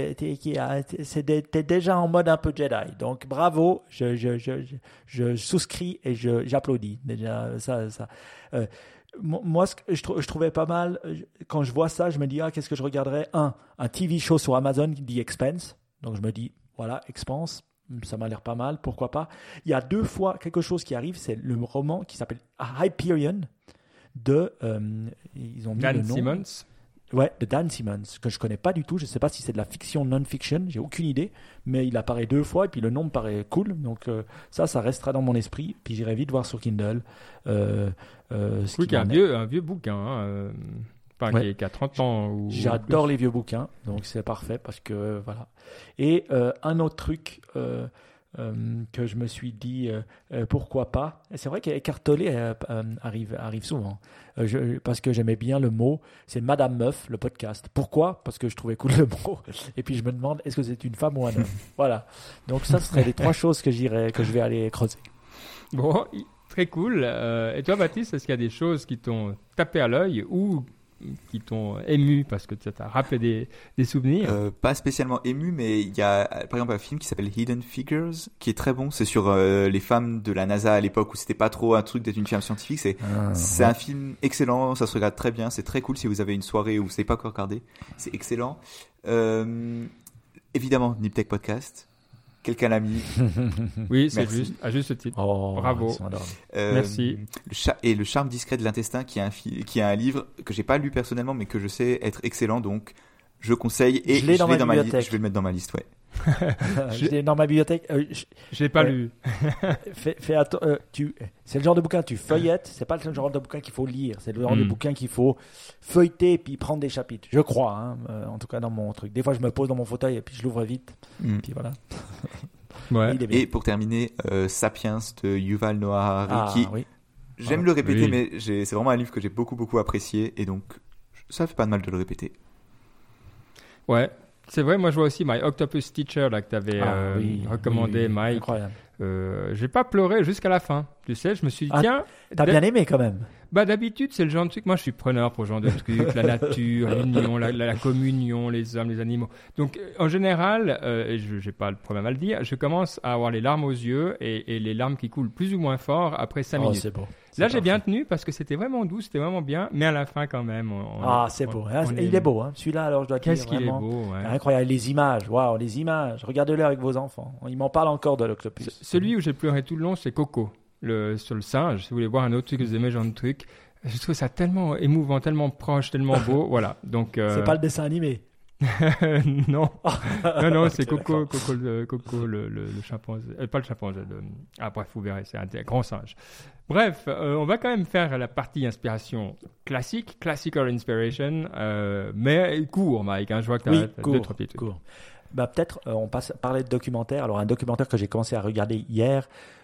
t'es déjà en mode un peu Jedi. Donc bravo, je souscris et j'applaudis. Déjà, ça. Moi, ce que je trouvais pas mal, quand je vois ça, je me dis, qu'est-ce que je regarderais? Un TV show sur Amazon, The Expanse. Donc, je me dis, voilà, Expanse, ça m'a l'air pas mal, pourquoi pas. Il y a 2 fois quelque chose qui arrive, c'est le roman qui s'appelle Hyperion de, ils ont mis Dan le nom. Simmons. Ouais, de Dan Simmons, que je connais pas du tout. Je sais pas si c'est de la fiction, non-fiction, j'ai aucune idée. Mais il apparaît 2 fois et puis le nom me paraît cool. Donc ça restera dans mon esprit. Puis j'irai vite voir sur Kindle. Oui, qui est un vieux bouquin, qui a 30 ans. J'adore les vieux bouquins, donc c'est parfait parce que voilà. Et un autre truc que je me suis dit pourquoi pas. Et c'est vrai qu'Eckhart Tolle arrive souvent. Parce que j'aimais bien le mot, c'est Madame Meuf, le podcast. Pourquoi? Parce que je trouvais cool le mot. Et puis je me demande, est-ce que c'est une femme ou un homme? Voilà. Donc ça, ce seraient les 3 choses que je vais aller creuser. Bon, très cool. Et toi, Baptiste, est-ce qu'il y a des choses qui t'ont tapé à l'œil ou qui t'ont ému parce que ça t'a rappelé des souvenirs? Pas spécialement ému, mais il y a par exemple un film qui s'appelle Hidden Figures qui est très bon. C'est sur les femmes de la NASA à l'époque où c'était pas trop un truc d'être une femme scientifique. C'est un film excellent, ça se regarde très bien, c'est très cool si vous avez une soirée où vous savez pas quoi regarder. C'est excellent. Évidemment, Niptech Podcast. Quelqu'un l'a mis. Oui, c'est juste, à juste titre. Bravo. Merci. Le charme discret de l'intestin, qui est un livre que j'ai pas lu personnellement, mais que je sais être excellent, donc je conseille et je vais le mettre dans ma liste, ouais. Je l'ai dans ma bibliothèque. Je l'ai pas lu. C'est le genre de bouquin que tu feuillettes. C'est pas le genre de bouquin qu'il faut lire. C'est le genre de bouquin qu'il faut feuilleter et puis prendre des chapitres. Je crois, en tout cas dans mon truc. Des fois, je me pose dans mon fauteuil et puis je l'ouvre vite. Puis voilà. Ouais. Et pour terminer, Sapiens de Yuval Noah Harari, j'aime le répéter, mais c'est vraiment un livre que j'ai beaucoup apprécié et donc ça fait pas de mal de le répéter. Ouais. C'est vrai, moi je vois aussi My Octopus Teacher là, que tu avais recommandé, Mike. Incroyable. J'ai pas pleuré jusqu'à la fin. Tu sais, je me suis dit, tiens. T'as bien aimé quand même. Bah, d'habitude, c'est le genre de truc. Moi, je suis preneur pour ce genre de trucs. La nature, l'union, la communion, les hommes, les animaux. Donc, en général, j'ai pas le problème à le dire, je commence à avoir les larmes aux yeux et les larmes qui coulent plus ou moins fort après 5 minutes. C'est beau. Là, j'ai bien tenu parce que c'était vraiment doux, c'était vraiment bien, mais à la fin, quand même. C'est beau. Il est beau, hein. Celui-là, alors je dois dire. Qu'est-ce qu'il est beau, ouais. Incroyable. Les images. Waouh, les images. Regardez-les avec vos enfants. Ils m'en parlent encore de l'octopus. Celui où j'ai pleuré tout le long, c'est Coco, sur le singe. Si vous voulez voir un autre truc que vous aimez, genre de truc. Je trouve ça tellement émouvant, tellement proche, tellement beau. Voilà. Donc, C'est pas le dessin animé. non. Non, c'est Ok, Coco, d'accord. Coco, le chimpanzé. Pas le chimpanzé. Ah, bref, vous verrez, c'est un grand singe. Bref, on va quand même faire la partie inspiration classique, classical inspiration, mais court, Mike. Hein, je vois que tu Oui, as court, 2-3 petits trucs. court. Bah, peut-être, on passe parler de documentaire. Alors, un documentaire que j'ai commencé à regarder hier,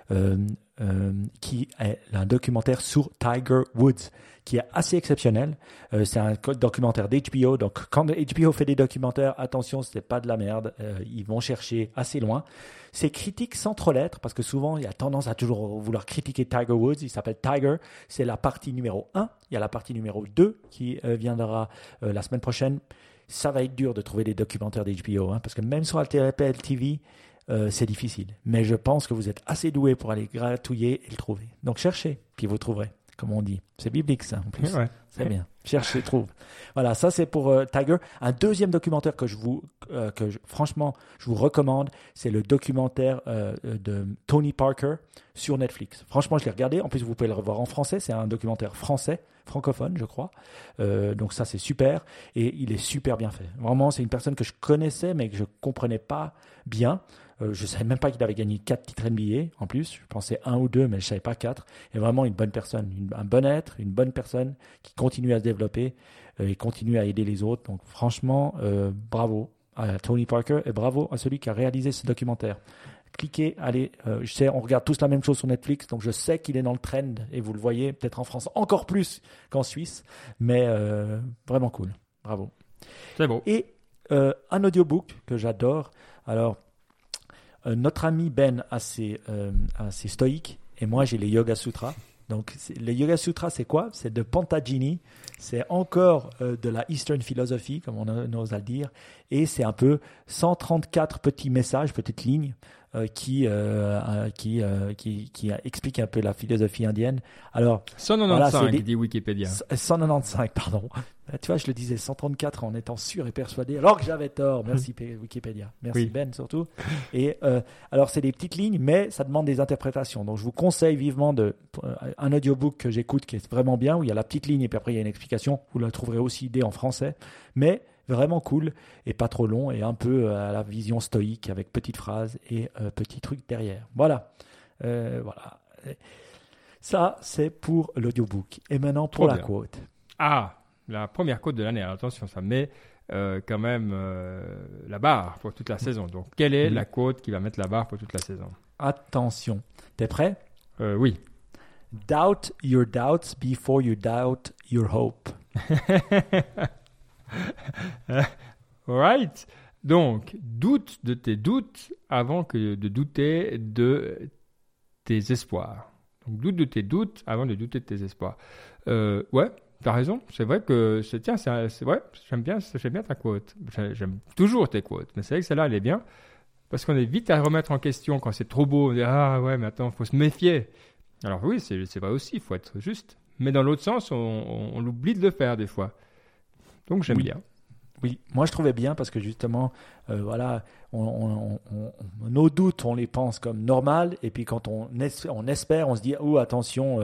qui est un documentaire sur Tiger Woods, qui est assez exceptionnel. C'est un documentaire d'HBO. Donc, quand HBO fait des documentaires, attention, c'est pas de la merde. Ils vont chercher assez loin. C'est critique sans trop l'être, parce que souvent, il y a tendance à toujours vouloir critiquer Tiger Woods. Il s'appelle Tiger. C'est la partie numéro 1. Il y a la partie numéro 2 qui viendra la semaine prochaine. Ça va être dur de trouver des documentaires d'HBO, hein, parce que même sur Apple TV, c'est difficile. Mais je pense que vous êtes assez doués pour aller gratouiller et le trouver. Donc cherchez, puis vous trouverez, comme on dit. C'est biblique ça, en plus. Ouais. C'est bien. Cherchez, trouve. Voilà, ça c'est pour Tiger. Un deuxième documentaire que franchement, je vous recommande, c'est le documentaire de Tony Parker sur Netflix. Franchement, je l'ai regardé. En plus, vous pouvez le revoir en français. C'est un documentaire français, francophone, je crois. Donc ça, c'est super. Et il est super bien fait. Vraiment, c'est une personne que je connaissais, mais que je ne comprenais pas bien. Je ne savais même pas qu'il avait gagné 4 titres NBA en plus. Je pensais 1 ou 2, mais je ne savais pas 4. Et vraiment une bonne personne, un bon être, une bonne personne qui continue à se développer et continue à aider les autres. Donc franchement, bravo à Tony Parker et bravo à celui qui a réalisé ce documentaire. Cliquez, allez, je sais, on regarde tous la même chose sur Netflix, donc je sais qu'il est dans le trend et vous le voyez peut-être en France encore plus qu'en Suisse, mais vraiment cool. Bravo. C'est beau. Et un audiobook que j'adore. Alors, notre ami Ben a ses stoïques et moi j'ai les Yoga Sutras. Donc les Yoga Sutras, c'est quoi? C'est de Pantajini. C'est encore de la Eastern Philosophy, comme on ose le dire. Et c'est un peu 134 petits messages, petites lignes qui expliquent un peu la philosophie indienne. Alors, 195, voilà, dit Wikipédia. 195, pardon. Tu vois, je le disais 134 en étant sûr et persuadé, alors que j'avais tort. Merci Wikipédia. Merci Oui. Ben surtout. Et alors, c'est des petites lignes, mais ça demande des interprétations. Donc, je vous conseille vivement un audiobook que j'écoute qui est vraiment bien, où il y a la petite ligne et puis après, il y a une explication. Vous la trouverez aussi idée en français. Mais vraiment cool et pas trop long et un peu à la vision stoïque avec petites phrases et petits trucs derrière. Voilà. Voilà. Ça, c'est pour l'audiobook. Et maintenant, pour Trop la bien. quote. Ah, la première côte de l'année. Alors, attention, ça met quand même la barre pour toute la saison. Donc, quelle est la côte qui va mettre la barre pour toute la saison? Attention. T'es prêt? Oui. Doubt your doubts before you doubt your hope. Right. Donc, doute de tes doutes avant que de douter de tes espoirs. Donc, doute de tes doutes avant de douter de tes espoirs. Ouais, t'as raison. C'est vrai que ouais, j'aime bien ta quote. J'aime toujours tes quotes, mais c'est vrai que celle-là, elle est bien parce qu'on est vite à remettre en question quand c'est trop beau. On dit ah ouais, mais attends, faut se méfier. Alors oui, c'est vrai aussi, il faut être juste. Mais dans l'autre sens, on l'oublie de le faire des fois. Donc j'aime bien. Oui, moi je trouvais bien parce que justement, voilà, nos doutes, on les pense comme normal, et puis quand on espère, on se dit oh attention,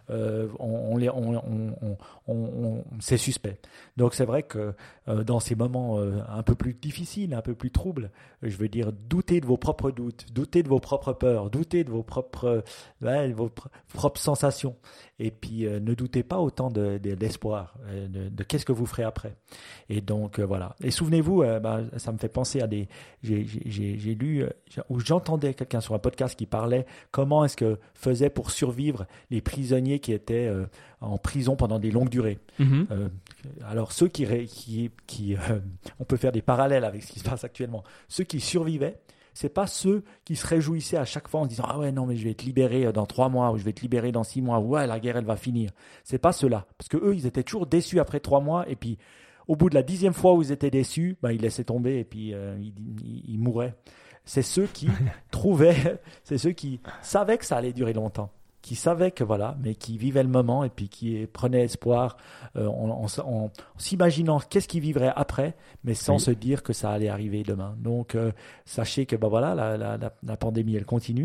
c'est suspect. Donc c'est vrai que dans ces moments un peu plus difficiles, un peu plus troubles, je veux dire, doutez de vos propres doutes, doutez de vos propres peurs, doutez de vos propres sensations, et puis ne doutez pas autant d'espoir, de qu'est-ce que vous ferez après. Et donc voilà. Et souvenez-vous, ça me fait penser à j'ai lu ou j'entendais quelqu'un sur un podcast qui parlait comment est-ce que faisaient pour survivre les prisonniers qui étaient en prison pendant des longues durées. Alors ceux on peut faire des parallèles avec ce qui se passe actuellement. Ceux qui survivaient, c'est pas ceux qui se réjouissaient à chaque fois en se disant ah ouais non mais je vais être libéré dans 3 mois ou je vais être libéré dans 6 mois, ouais la guerre elle va finir. C'est pas ceux-là, parce que eux ils étaient toujours déçus après 3 mois et puis au bout de la 10e fois où ils étaient déçus, ils laissaient tomber et puis ils mouraient. C'est ceux qui c'est ceux qui savaient que ça allait durer longtemps, qui savaient que voilà, mais qui vivaient le moment et puis qui prenaient espoir en s'imaginant qu'est-ce qu'ils vivraient après, mais sans se dire que ça allait arriver demain. Donc sachez que voilà, la pandémie elle continue.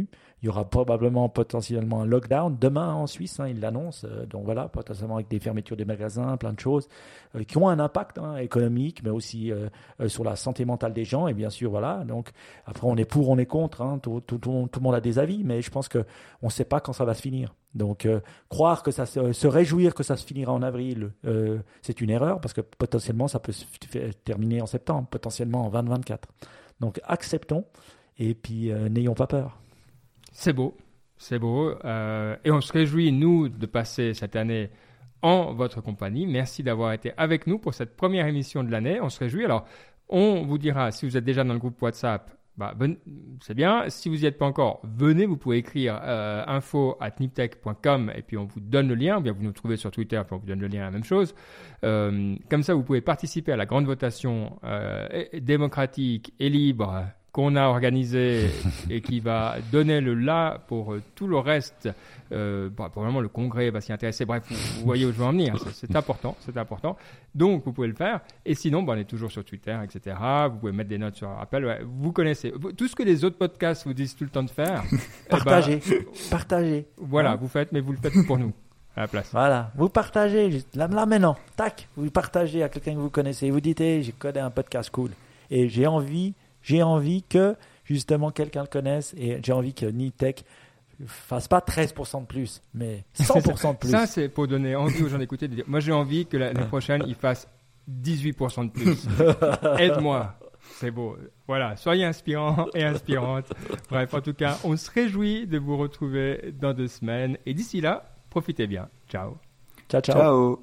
Il y aura probablement potentiellement un lockdown demain en Suisse, hein, ils l'annoncent. Donc voilà, potentiellement avec des fermetures des magasins, plein de choses qui ont un impact économique, mais aussi sur la santé mentale des gens. Et bien sûr, voilà. Donc après, on est pour, on est contre. Hein, tout le monde a des avis, mais je pense que on ne sait pas quand ça va se finir. Donc croire que se réjouir que ça se finira en avril, c'est une erreur parce que potentiellement ça peut se terminer en septembre, potentiellement en 2024. Donc acceptons et puis n'ayons pas peur. C'est beau. Et on se réjouit, nous, de passer cette année en votre compagnie. Merci d'avoir été avec nous pour cette première émission de l'année. On se réjouit. Alors, on vous dira, si vous êtes déjà dans le groupe WhatsApp, c'est bien. Si vous n'y êtes pas encore, venez, vous pouvez écrire info@niptech.com et puis on vous donne le lien. Ou bien vous nous trouvez sur Twitter, puis on vous donne le lien, la même chose. Comme ça, vous pouvez participer à la grande votation démocratique et libre qu'on a organisé et qui va donner le là pour tout le reste, probablement le congrès va s'y intéresser. Bref, vous voyez où je veux en venir. C'est important. Donc, vous pouvez le faire. Et sinon, on est toujours sur Twitter, etc. Vous pouvez mettre des notes sur Apple. Ouais, vous connaissez tout ce que les autres podcasts vous disent tout le temps de faire. Partagez. Voilà, hein? Vous faites, mais vous le faites pour nous. À la place. Voilà, vous partagez. Là maintenant, tac, vous partagez à quelqu'un que vous connaissez. Vous dites, j'ai codé un podcast cool. Et j'ai envie que, justement, quelqu'un le connaisse et j'ai envie que Niptech fasse pas 13% de plus, mais 100% de plus. Ça, c'est pour donner envie aux gens d'écouter. De dire, moi, j'ai envie que l'année prochaine, il fasse 18% de plus. Aide-moi. C'est beau. Voilà, soyez inspirants et inspirantes. Bref, en tout cas, on se réjouit de vous retrouver dans 2 semaines. Et d'ici là, profitez bien. Ciao. Ciao.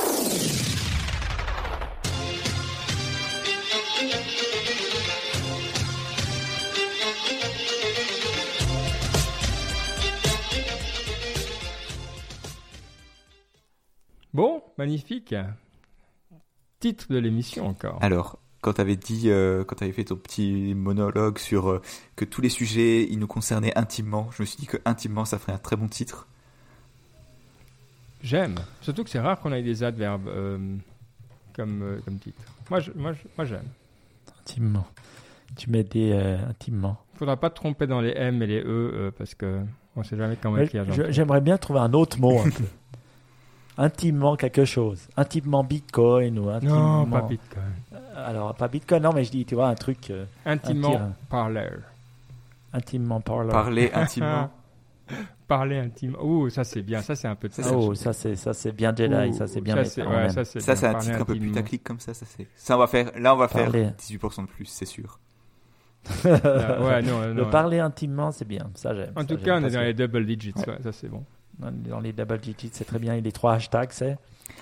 Bon, magnifique. Titre de l'émission encore. Alors, quand tu avais fait ton petit monologue sur que tous les sujets, ils nous concernaient intimement, je me suis dit que intimement, ça ferait un très bon titre. J'aime. Surtout que c'est rare qu'on ait des adverbes comme titre. Moi, j'aime. Intimement. Tu mets des intimement. Il ne faudra pas te tromper dans les M et les E parce qu'on ne sait jamais comment écrire. J'aimerais bien trouver un autre mot un peu. Intimement quelque chose. Intimement Bitcoin ou intimement... Non, pas Bitcoin. Alors, pas Bitcoin, non, mais je dis, tu vois, un truc... intimement parler. Intimement parler. Parler intimement. Parler intimement. Oh, ça c'est bien. Ça c'est un peu de ça. Oh, ça c'est bien Jedi. Ça c'est bien. Ça c'est un titre un peu putaclic comme ça. Ça on va faire 18% de plus, c'est sûr. Le parler intimement, c'est bien. Ça j'aime. En tout cas, on est dans les double digits. Ouais. Ça c'est bon. Dans les double digits, c'est très bien. Et les 3 hashtags, c'est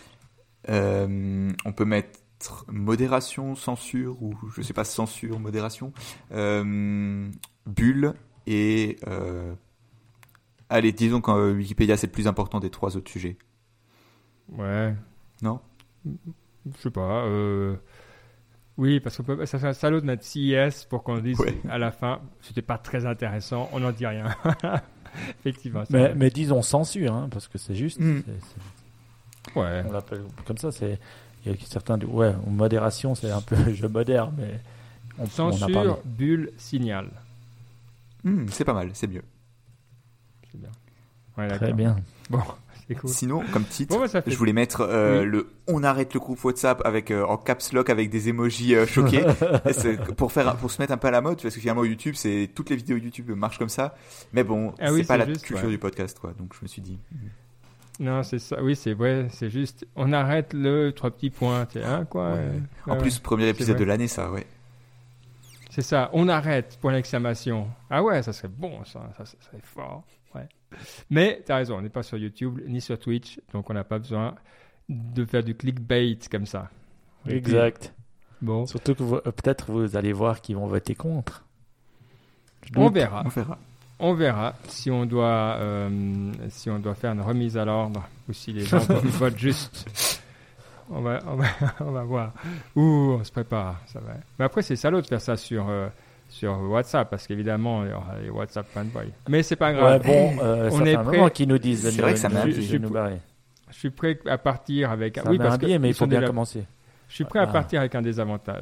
on peut mettre modération, censure, ou je sais pas, censure, modération, bulle, et allez, disons qu'en Wikipédia, c'est le plus important des 3 autres sujets. Ouais. Non ? Je sais pas. Oui, parce que ça fait un salaud de mettre CIS pour qu'on dise à la fin, c'était pas très intéressant, on n'en dit rien. Effectivement. Mais disons censure, hein, parce que c'est juste. Ouais. On l'appelle comme ça. Il y a certains. Modération, c'est un peu je modère, mais. Censure, bulle, signal. C'est pas mal, c'est mieux. C'est bien. Ouais, très bien. Bon, c'est cool. Sinon, comme titre, je voulais mettre on arrête le groupe WhatsApp avec en caps lock avec des emojis choqués pour se mettre un peu à la mode, parce que finalement YouTube, toutes les vidéos YouTube marchent comme ça. Mais bon, c'est pas la culture du podcast, quoi. Donc je me suis dit. Non, c'est ça. Oui, c'est vrai. C'est juste, on arrête le 3 petits points. Quoi. En plus, premier épisode de l'année, ça, ouais. C'est ça. On arrête. Point d'exclamation. Ah ouais, ça serait bon, ça serait fort. Ouais. Mais t'as raison, on n'est pas sur YouTube ni sur Twitch, donc on n'a pas besoin de faire du clickbait comme ça. Exact. Bon. Surtout que peut-être vous allez voir qu'ils vont voter contre. On verra si on doit faire une remise à l'ordre ou si les gens votent juste. On va voir. On se prépare, ça va. Mais après c'est salaud de faire ça sur WhatsApp, parce qu'évidemment, il y aura les WhatsApp fanboys. Mais c'est pas grave. Ouais, on est prêt. Qui nous disent c'est vrai que ça m'a nous barrer. Je suis prêt à partir avec. Ça mais il faut bien commencer. Je suis prêt à partir avec un désavantage.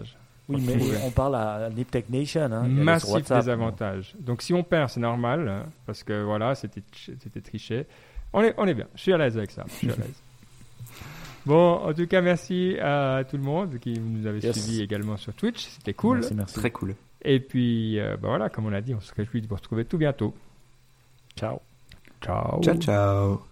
Oui, mais on parle à Nip Tech Nation. Hein, massif des avantages. Donc si on perd, c'est normal, hein, parce que voilà, c'était triché. On est bien, je suis à l'aise avec ça. Bon, en tout cas, merci à tout le monde qui nous avait suivis également sur Twitch. C'était cool. Merci. Très cool. Et puis, voilà, comme on l'a dit, on se réjouit de vous retrouver tout bientôt. Ciao. Ciao. Ciao.